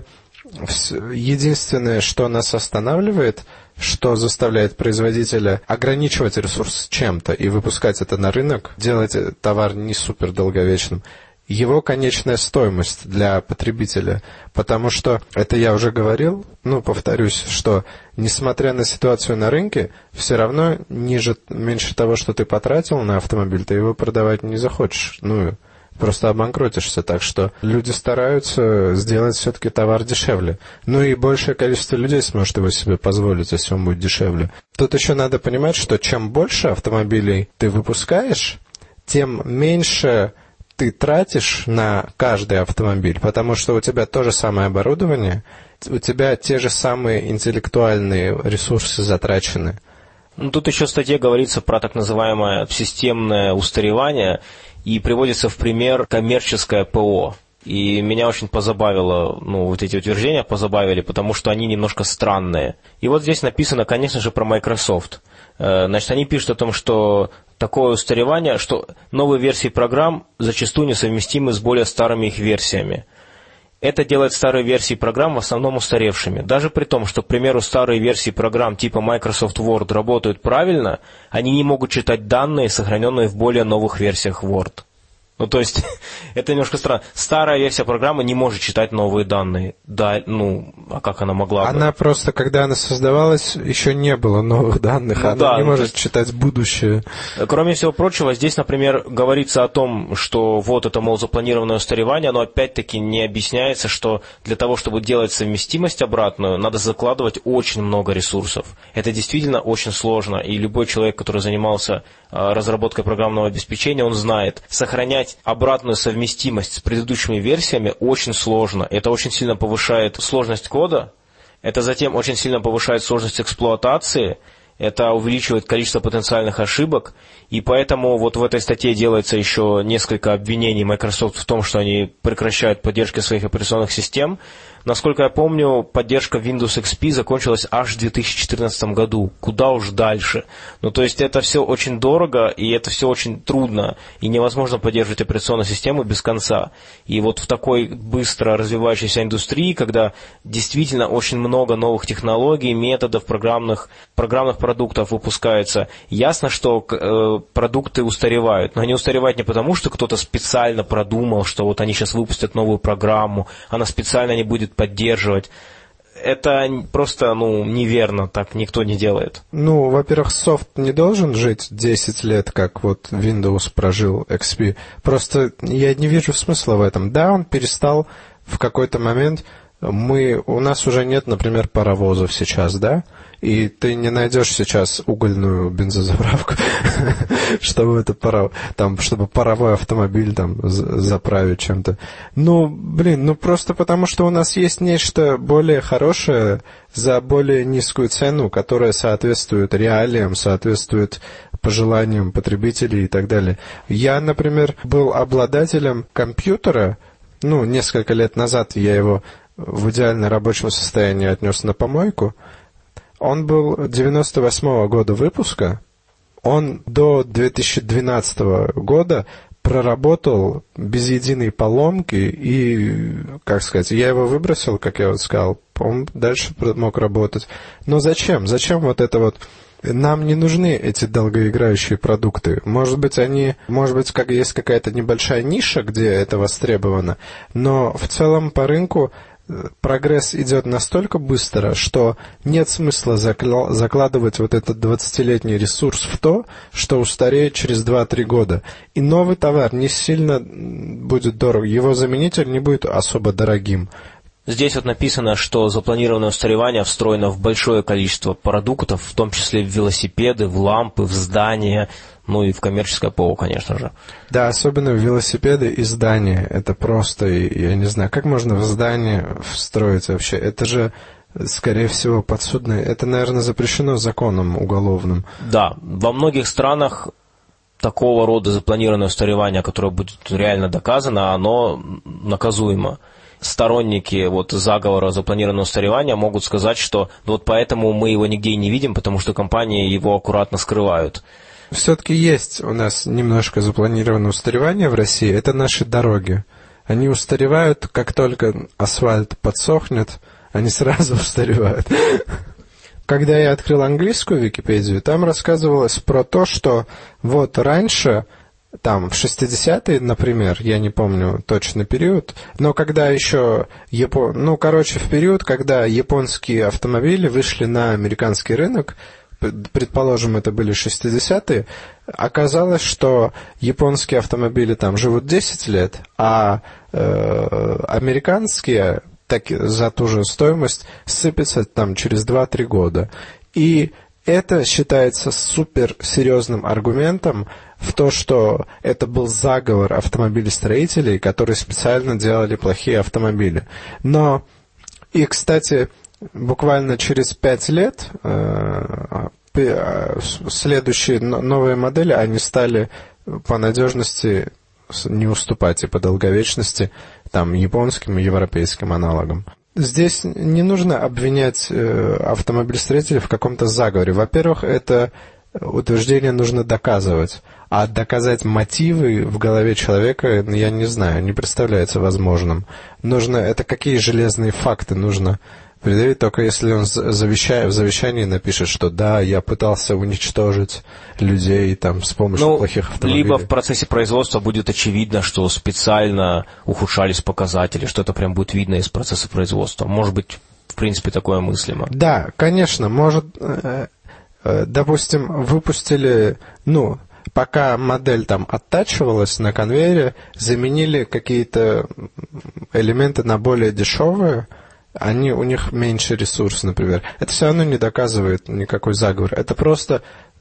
единственное, что нас останавливает, что заставляет производителя ограничивать ресурс чем-то и выпускать это на рынок, делать товар не супер долговечным, его конечная стоимость для потребителя. Потому что, это я уже говорил, повторюсь, что несмотря на ситуацию на рынке, все равно меньше того, что ты потратил на автомобиль, ты его продавать не захочешь. Просто обанкротишься. Так что люди стараются сделать все-таки товар дешевле. И большее количество людей сможет его себе позволить, если он будет дешевле. Тут еще надо понимать, что чем больше автомобилей ты выпускаешь, тем меньше ты тратишь на каждый автомобиль, потому что у тебя то же самое оборудование, у тебя те же самые интеллектуальные ресурсы затрачены. Тут еще в статье говорится про так называемое системное устаревание, и приводится в пример коммерческое ПО. И меня очень позабавило, эти утверждения позабавили, потому что они немножко странные. И вот здесь написано, конечно же, про Microsoft. Они пишут о том, что такое устаревание, что новые версии программ зачастую несовместимы с более старыми их версиями. Это делает старые версии программ в основном устаревшими. Даже при том, что, к примеру, старые версии программ типа Microsoft Word работают правильно, они не могут читать данные, сохраненные в более новых версиях Word. То есть, это немножко странно. Старая версия программы не может читать новые данные. Да, а как она могла бы? Она просто, когда она создавалась, еще не было новых данных. Она не может читать будущее. Кроме всего прочего, здесь, например, говорится о том, что это, запланированное устаревание, но опять-таки не объясняется, что для того, чтобы делать совместимость обратную, надо закладывать очень много ресурсов. Это действительно очень сложно, и любой человек, который занимался разработкой программного обеспечения, он знает, сохранять обратную совместимость с предыдущими версиями очень сложно. Это очень сильно повышает сложность кода, это затем очень сильно повышает сложность эксплуатации, это увеличивает количество потенциальных ошибок, и поэтому в этой статье делается еще несколько обвинений Microsoft в том, что они прекращают поддержку своих операционных систем. Насколько я помню, поддержка Windows XP закончилась аж в 2014 году. Куда уж дальше. То есть это все очень дорого, и это все очень трудно, и невозможно поддерживать операционную систему без конца. И в такой быстро развивающейся индустрии, когда действительно очень много новых технологий, методов, программных продуктов выпускается, ясно, что продукты устаревают. Но они устаревают не потому, что кто-то специально продумал, что они сейчас выпустят новую программу, она специально не будет поддерживать. Это просто, неверно, так никто не делает. Во-первых, софт не должен жить 10 лет, как Windows прожил XP. Просто я не вижу смысла в этом. Да, он перестал в какой-то момент. У нас уже нет, например, паровозов сейчас, да? И ты не найдешь сейчас угольную бензозаправку, чтобы чтобы паровой автомобиль заправить чем-то. Просто потому что у нас есть нечто более хорошее за более низкую цену, которая соответствует реалиям, соответствует пожеланиям потребителей и так далее. Я, например, был обладателем компьютера, несколько лет назад я его в идеально рабочем состоянии отнес на помойку. Он был 98-го года выпуска. Он до 2012 года проработал без единой поломки, и, я его выбросил, как я сказал, он дальше мог работать. Но зачем? Зачем вот это вот? Нам не нужны эти долгоиграющие продукты. Может быть, как есть какая-то небольшая ниша, где это востребовано, но в целом по рынку прогресс идет настолько быстро, что нет смысла закладывать вот этот 20-летний ресурс в то, что устареет через 2-3 года. И новый товар не сильно будет дорог, его заменитель не будет особо дорогим. Здесь вот написано, что запланированное устаревание встроено в большое количество продуктов, в том числе в велосипеды, в лампы, в здания, и в коммерческое ПО, конечно же. Да, особенно в велосипеды и здания. Это просто, я не знаю, как можно в здание встроить вообще? Это же, скорее всего, подсудное. Это, наверное, запрещено законом уголовным. Да, во многих странах такого рода запланированное устаревание, которое будет реально доказано, оно наказуемо. Сторонники заговора запланированного устаревания могут сказать, что поэтому мы его нигде и не видим, потому что компании его аккуратно скрывают. Все-таки есть у нас немножко запланированное устаревание в России. Это наши дороги. Они устаревают, как только асфальт подсохнет, они сразу устаревают. Когда я открыл английскую Википедию, там рассказывалось про то, что раньше... Там, в 60-е, например, я не помню точно период, но когда еще в период, когда японские автомобили вышли на американский рынок, предположим, это были 60-е, оказалось, что японские автомобили там живут 10 лет, а американские за ту же стоимость сыпятся там через 2-3 года. И это считается суперсерьезным аргументом в то, что это был заговор автомобилестроителей, которые специально делали плохие автомобили. Кстати, буквально через 5 лет следующие новые модели, они стали по надежности не уступать и по долговечности японским и европейским аналогам. Здесь не нужно обвинять автомобилестроителей в каком-то заговоре. Во-первых, это утверждение нужно доказывать. А доказать мотивы в голове человека, я не знаю, не представляется возможным. Это какие железные факты нужно предъявить, только если он в завещании напишет, что да, я пытался уничтожить людей с помощью плохих автомобилей. Либо в процессе производства будет очевидно, что специально ухудшались показатели, что это прям будет видно из процесса производства. Может быть, в принципе, такое мыслимо. Да, конечно, допустим, выпустили, пока модель оттачивалась на конвейере, заменили какие-то элементы на более дешевые, у них меньше ресурсов, например. Это все равно не доказывает никакой заговор. Это просто,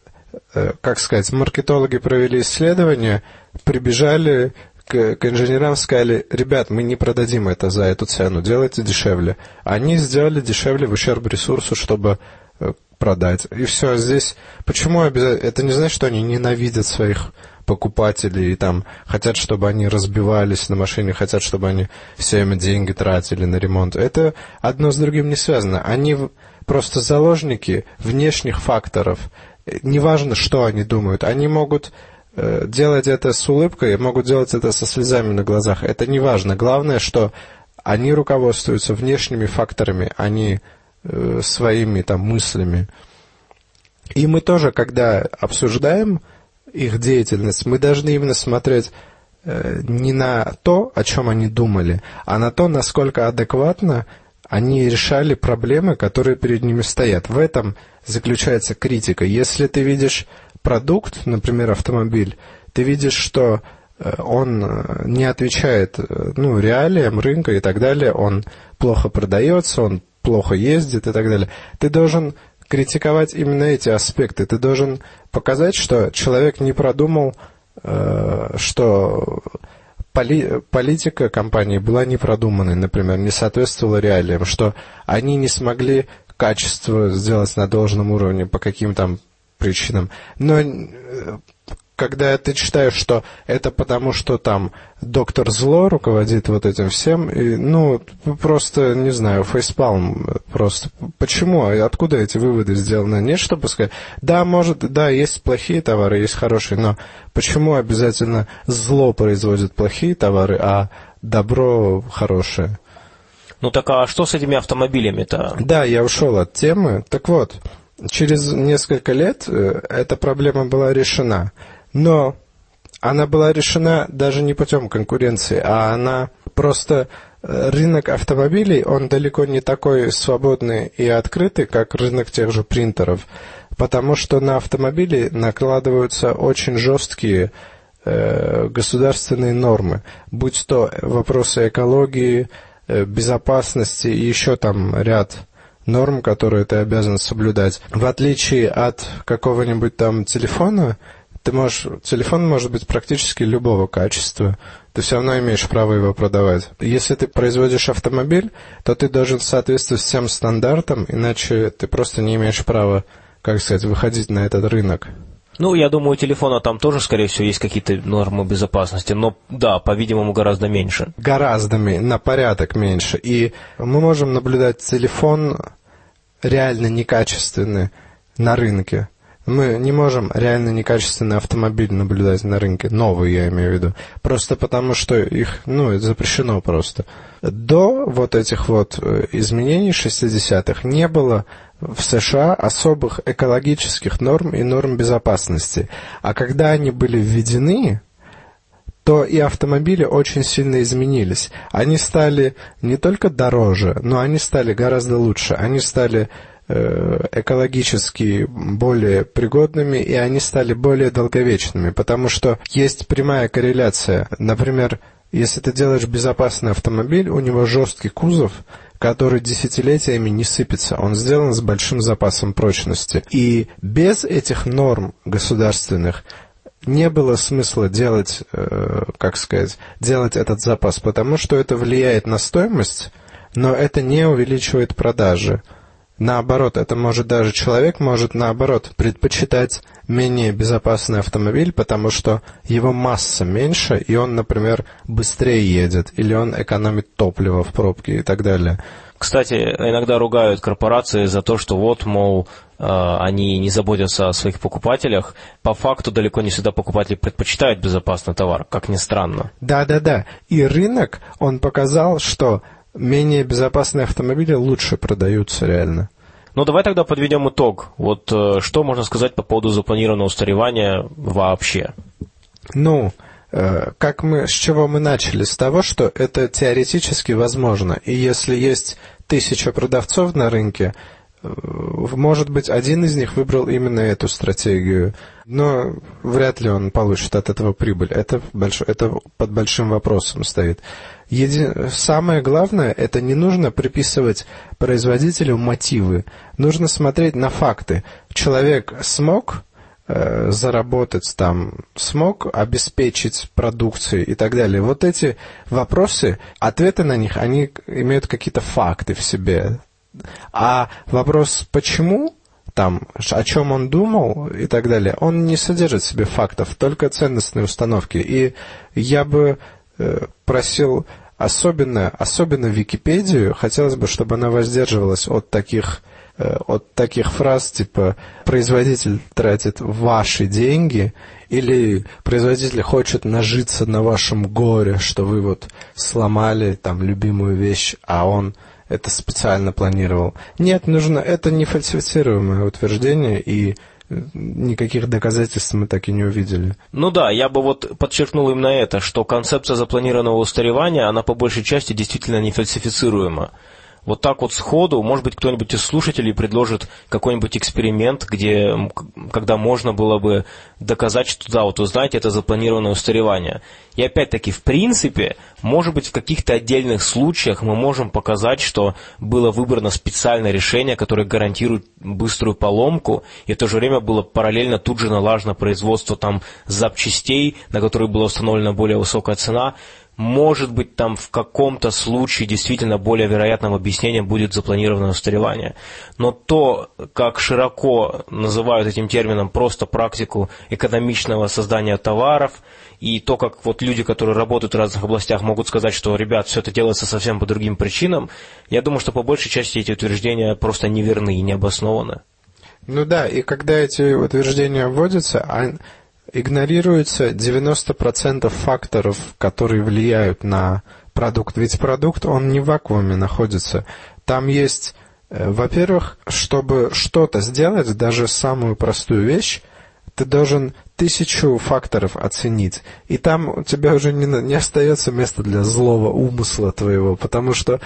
маркетологи провели исследование, прибежали к инженерам, сказали: ребят, мы не продадим это за эту цену, делайте дешевле. Они сделали дешевле в ущерб ресурсу, чтобы продать. И все, здесь... Почему обязательно... Это не значит, что они ненавидят своих покупателей и хотят, чтобы они разбивались на машине, хотят, чтобы они все время деньги тратили на ремонт. Это одно с другим не связано. Они просто заложники внешних факторов. Неважно, что они думают. Они могут делать это с улыбкой, могут делать это со слезами на глазах. Это не важно. Главное, что они руководствуются внешними факторами, а не своими мыслями. И мы тоже, когда обсуждаем их деятельность, мы должны именно смотреть не на то, о чем они думали, а на то, насколько адекватно они решали проблемы, которые перед ними стоят. В этом заключается критика. Если ты видишь продукт, например, автомобиль, ты видишь, что он не отвечает реалиям рынка и так далее, он плохо продается, он плохо ездит и так далее. Ты должен критиковать именно эти аспекты. Ты должен показать, что человек не продумал, что политика компании была не продуманной, например, не соответствовала реалиям, что они не смогли качество сделать на должном уровне по каким-то причинам. Но когда ты читаешь, что это потому, что там доктор Зло руководит вот этим всем, и, просто, не знаю, фейспалм просто. Почему? Откуда эти выводы сделаны? Нет, чтобы сказать, есть плохие товары, есть хорошие, но почему обязательно зло производит плохие товары, а добро хорошее? Так а что с этими автомобилями-то? Да, я ушел от темы. Так вот, через несколько лет эта проблема была решена. Но она была решена даже не путем конкуренции, а она просто... Рынок автомобилей, он далеко не такой свободный и открытый, как рынок тех же принтеров, потому что на автомобили накладываются очень жесткие государственные нормы, будь то вопросы экологии, безопасности и еще там ряд норм, которые ты обязан соблюдать. В отличие от какого-нибудь там телефона, телефон может быть практически любого качества, ты все равно имеешь право его продавать. Если ты производишь автомобиль, то ты должен соответствовать всем стандартам, иначе ты просто не имеешь права, выходить на этот рынок. Я думаю, у телефона там тоже, скорее всего, есть какие-то нормы безопасности, но, да, по-видимому, гораздо меньше. На порядок меньше. И мы можем наблюдать телефон реально некачественный на рынке. Мы не можем реально некачественный автомобиль наблюдать на рынке, новый, я имею в виду, просто потому что их, это запрещено просто. До вот этих изменений 60-х не было в США особых экологических норм и норм безопасности. А когда они были введены, то и автомобили очень сильно изменились. Они стали не только дороже, но они стали гораздо лучше. Они стали экологически более пригодными, и они стали более долговечными, потому что есть прямая корреляция. Например, если ты делаешь безопасный автомобиль, у него жесткий кузов, который десятилетиями не сыпется. Он сделан с большим запасом прочности. И без этих норм государственных не было смысла делать этот запас, потому что это влияет на стоимость, но это не увеличивает продажи. Наоборот, человек может предпочитать менее безопасный автомобиль, потому что его масса меньше, и он, например, быстрее едет, или он экономит топливо в пробке и так далее. Кстати, иногда ругают корпорации за то, что они не заботятся о своих покупателях. По факту далеко не всегда покупатели предпочитают безопасный товар, как ни странно. Да. И рынок, он показал, что менее безопасные автомобили лучше продаются реально. Давай тогда подведем итог. Что можно сказать по поводу запланированного устаревания вообще? С чего мы начали? С того, что это теоретически возможно. И если есть 1000 продавцов на рынке, может быть, один из них выбрал именно эту стратегию, но вряд ли он получит от этого прибыль. Это под большим вопросом стоит. Самое главное, это не нужно приписывать производителю мотивы. Нужно смотреть на факты. Человек смог заработать смог обеспечить продукцию и так далее. Вот эти вопросы, ответы на них, они имеют какие-то факты в себе. А вопрос «почему?», о чем он думал и так далее, он не содержит в себе фактов, только ценностные установки. И я бы просил, особенно Википедию, хотелось бы, чтобы она воздерживалась от таких фраз типа «производитель тратит ваши деньги» или «производитель хочет нажиться на вашем горе, что вы сломали любимую вещь, а он это специально планировал». Нет, это не фальсифицируемое утверждение, и никаких доказательств мы так и не увидели. Я бы подчеркнул именно это, что концепция запланированного устаревания, она по большей части действительно не фальсифицируема. Сходу, может быть, кто-нибудь из слушателей предложит какой-нибудь эксперимент, когда можно было бы доказать, что вы знаете, это запланированное устаревание. И опять-таки, в принципе, может быть, в каких-то отдельных случаях мы можем показать, что было выбрано специальное решение, которое гарантирует быструю поломку, и в то же время было параллельно тут же налажено производство запчастей, на которые была установлена более высокая цена. может быть, там в каком-то случае действительно более вероятным объяснением будет запланированное устаревание. Но то, как широко называют этим термином просто практику экономичного создания товаров, и то, как вот люди, которые работают в разных областях, могут сказать, что, ребят, все это делается совсем по другим причинам, я думаю, что по большей части эти утверждения просто неверны и необоснованы. Ну да, и когда эти утверждения вводятся, игнорируется 90% факторов, которые влияют на продукт. Ведь продукт, он не в вакууме находится. Там есть, во-первых, чтобы что-то сделать, даже самую простую вещь, ты должен 1000 факторов оценить. И там у тебя уже не остается места для злого умысла твоего, потому что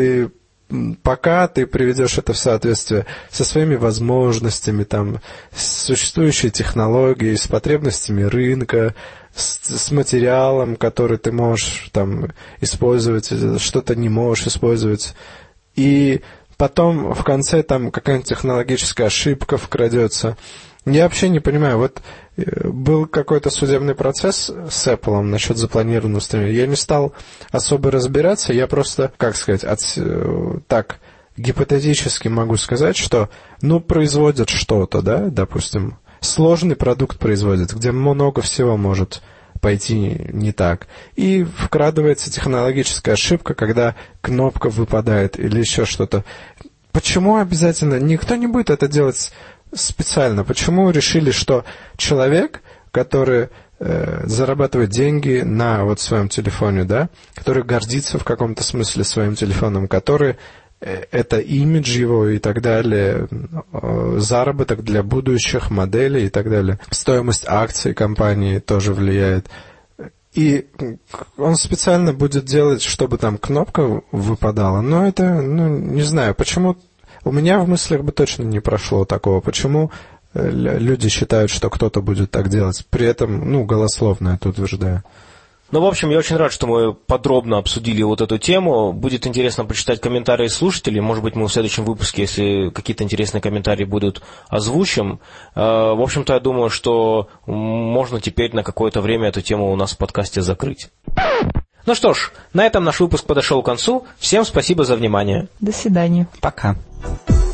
пока ты приведешь это в соответствие со своими возможностями, там, с существующей технологией, с потребностями рынка, с материалом, который ты можешь там использовать, что-то не можешь использовать. И потом в конце там какая-нибудь технологическая ошибка вкрадется. Я вообще не понимаю, вот был какой-то судебный процесс с Apple насчет запланированного устаревания. Я не стал особо разбираться, я просто, как сказать, так гипотетически могу сказать, что, производят что-то, да, допустим, сложный продукт производят, где много всего может пойти не так. И вкрадывается технологическая ошибка, когда кнопка выпадает или еще что-то. Почему обязательно? Никто не будет это делать специально. Почему решили, что человек, который зарабатывает деньги на вот своем телефоне, да, который гордится в каком-то смысле своим телефоном, который это имидж его и так далее, заработок для будущих моделей и так далее, стоимость акций компании тоже влияет. И он специально будет делать, чтобы там кнопка выпадала. Но это, не знаю, почему. У меня в мыслях бы точно не прошло такого. Почему люди считают, что кто-то будет так делать? При этом, голословно это утверждаю. В общем, я очень рад, что мы подробно обсудили вот эту тему. Будет интересно почитать комментарии слушателей. Может быть, мы в следующем выпуске, если какие-то интересные комментарии будут, озвучим. В общем-то, я думаю, что можно теперь на какое-то время эту тему у нас в подкасте закрыть. Ну что ж, на этом наш выпуск подошел к концу. Всем спасибо за внимание. До свидания. Пока.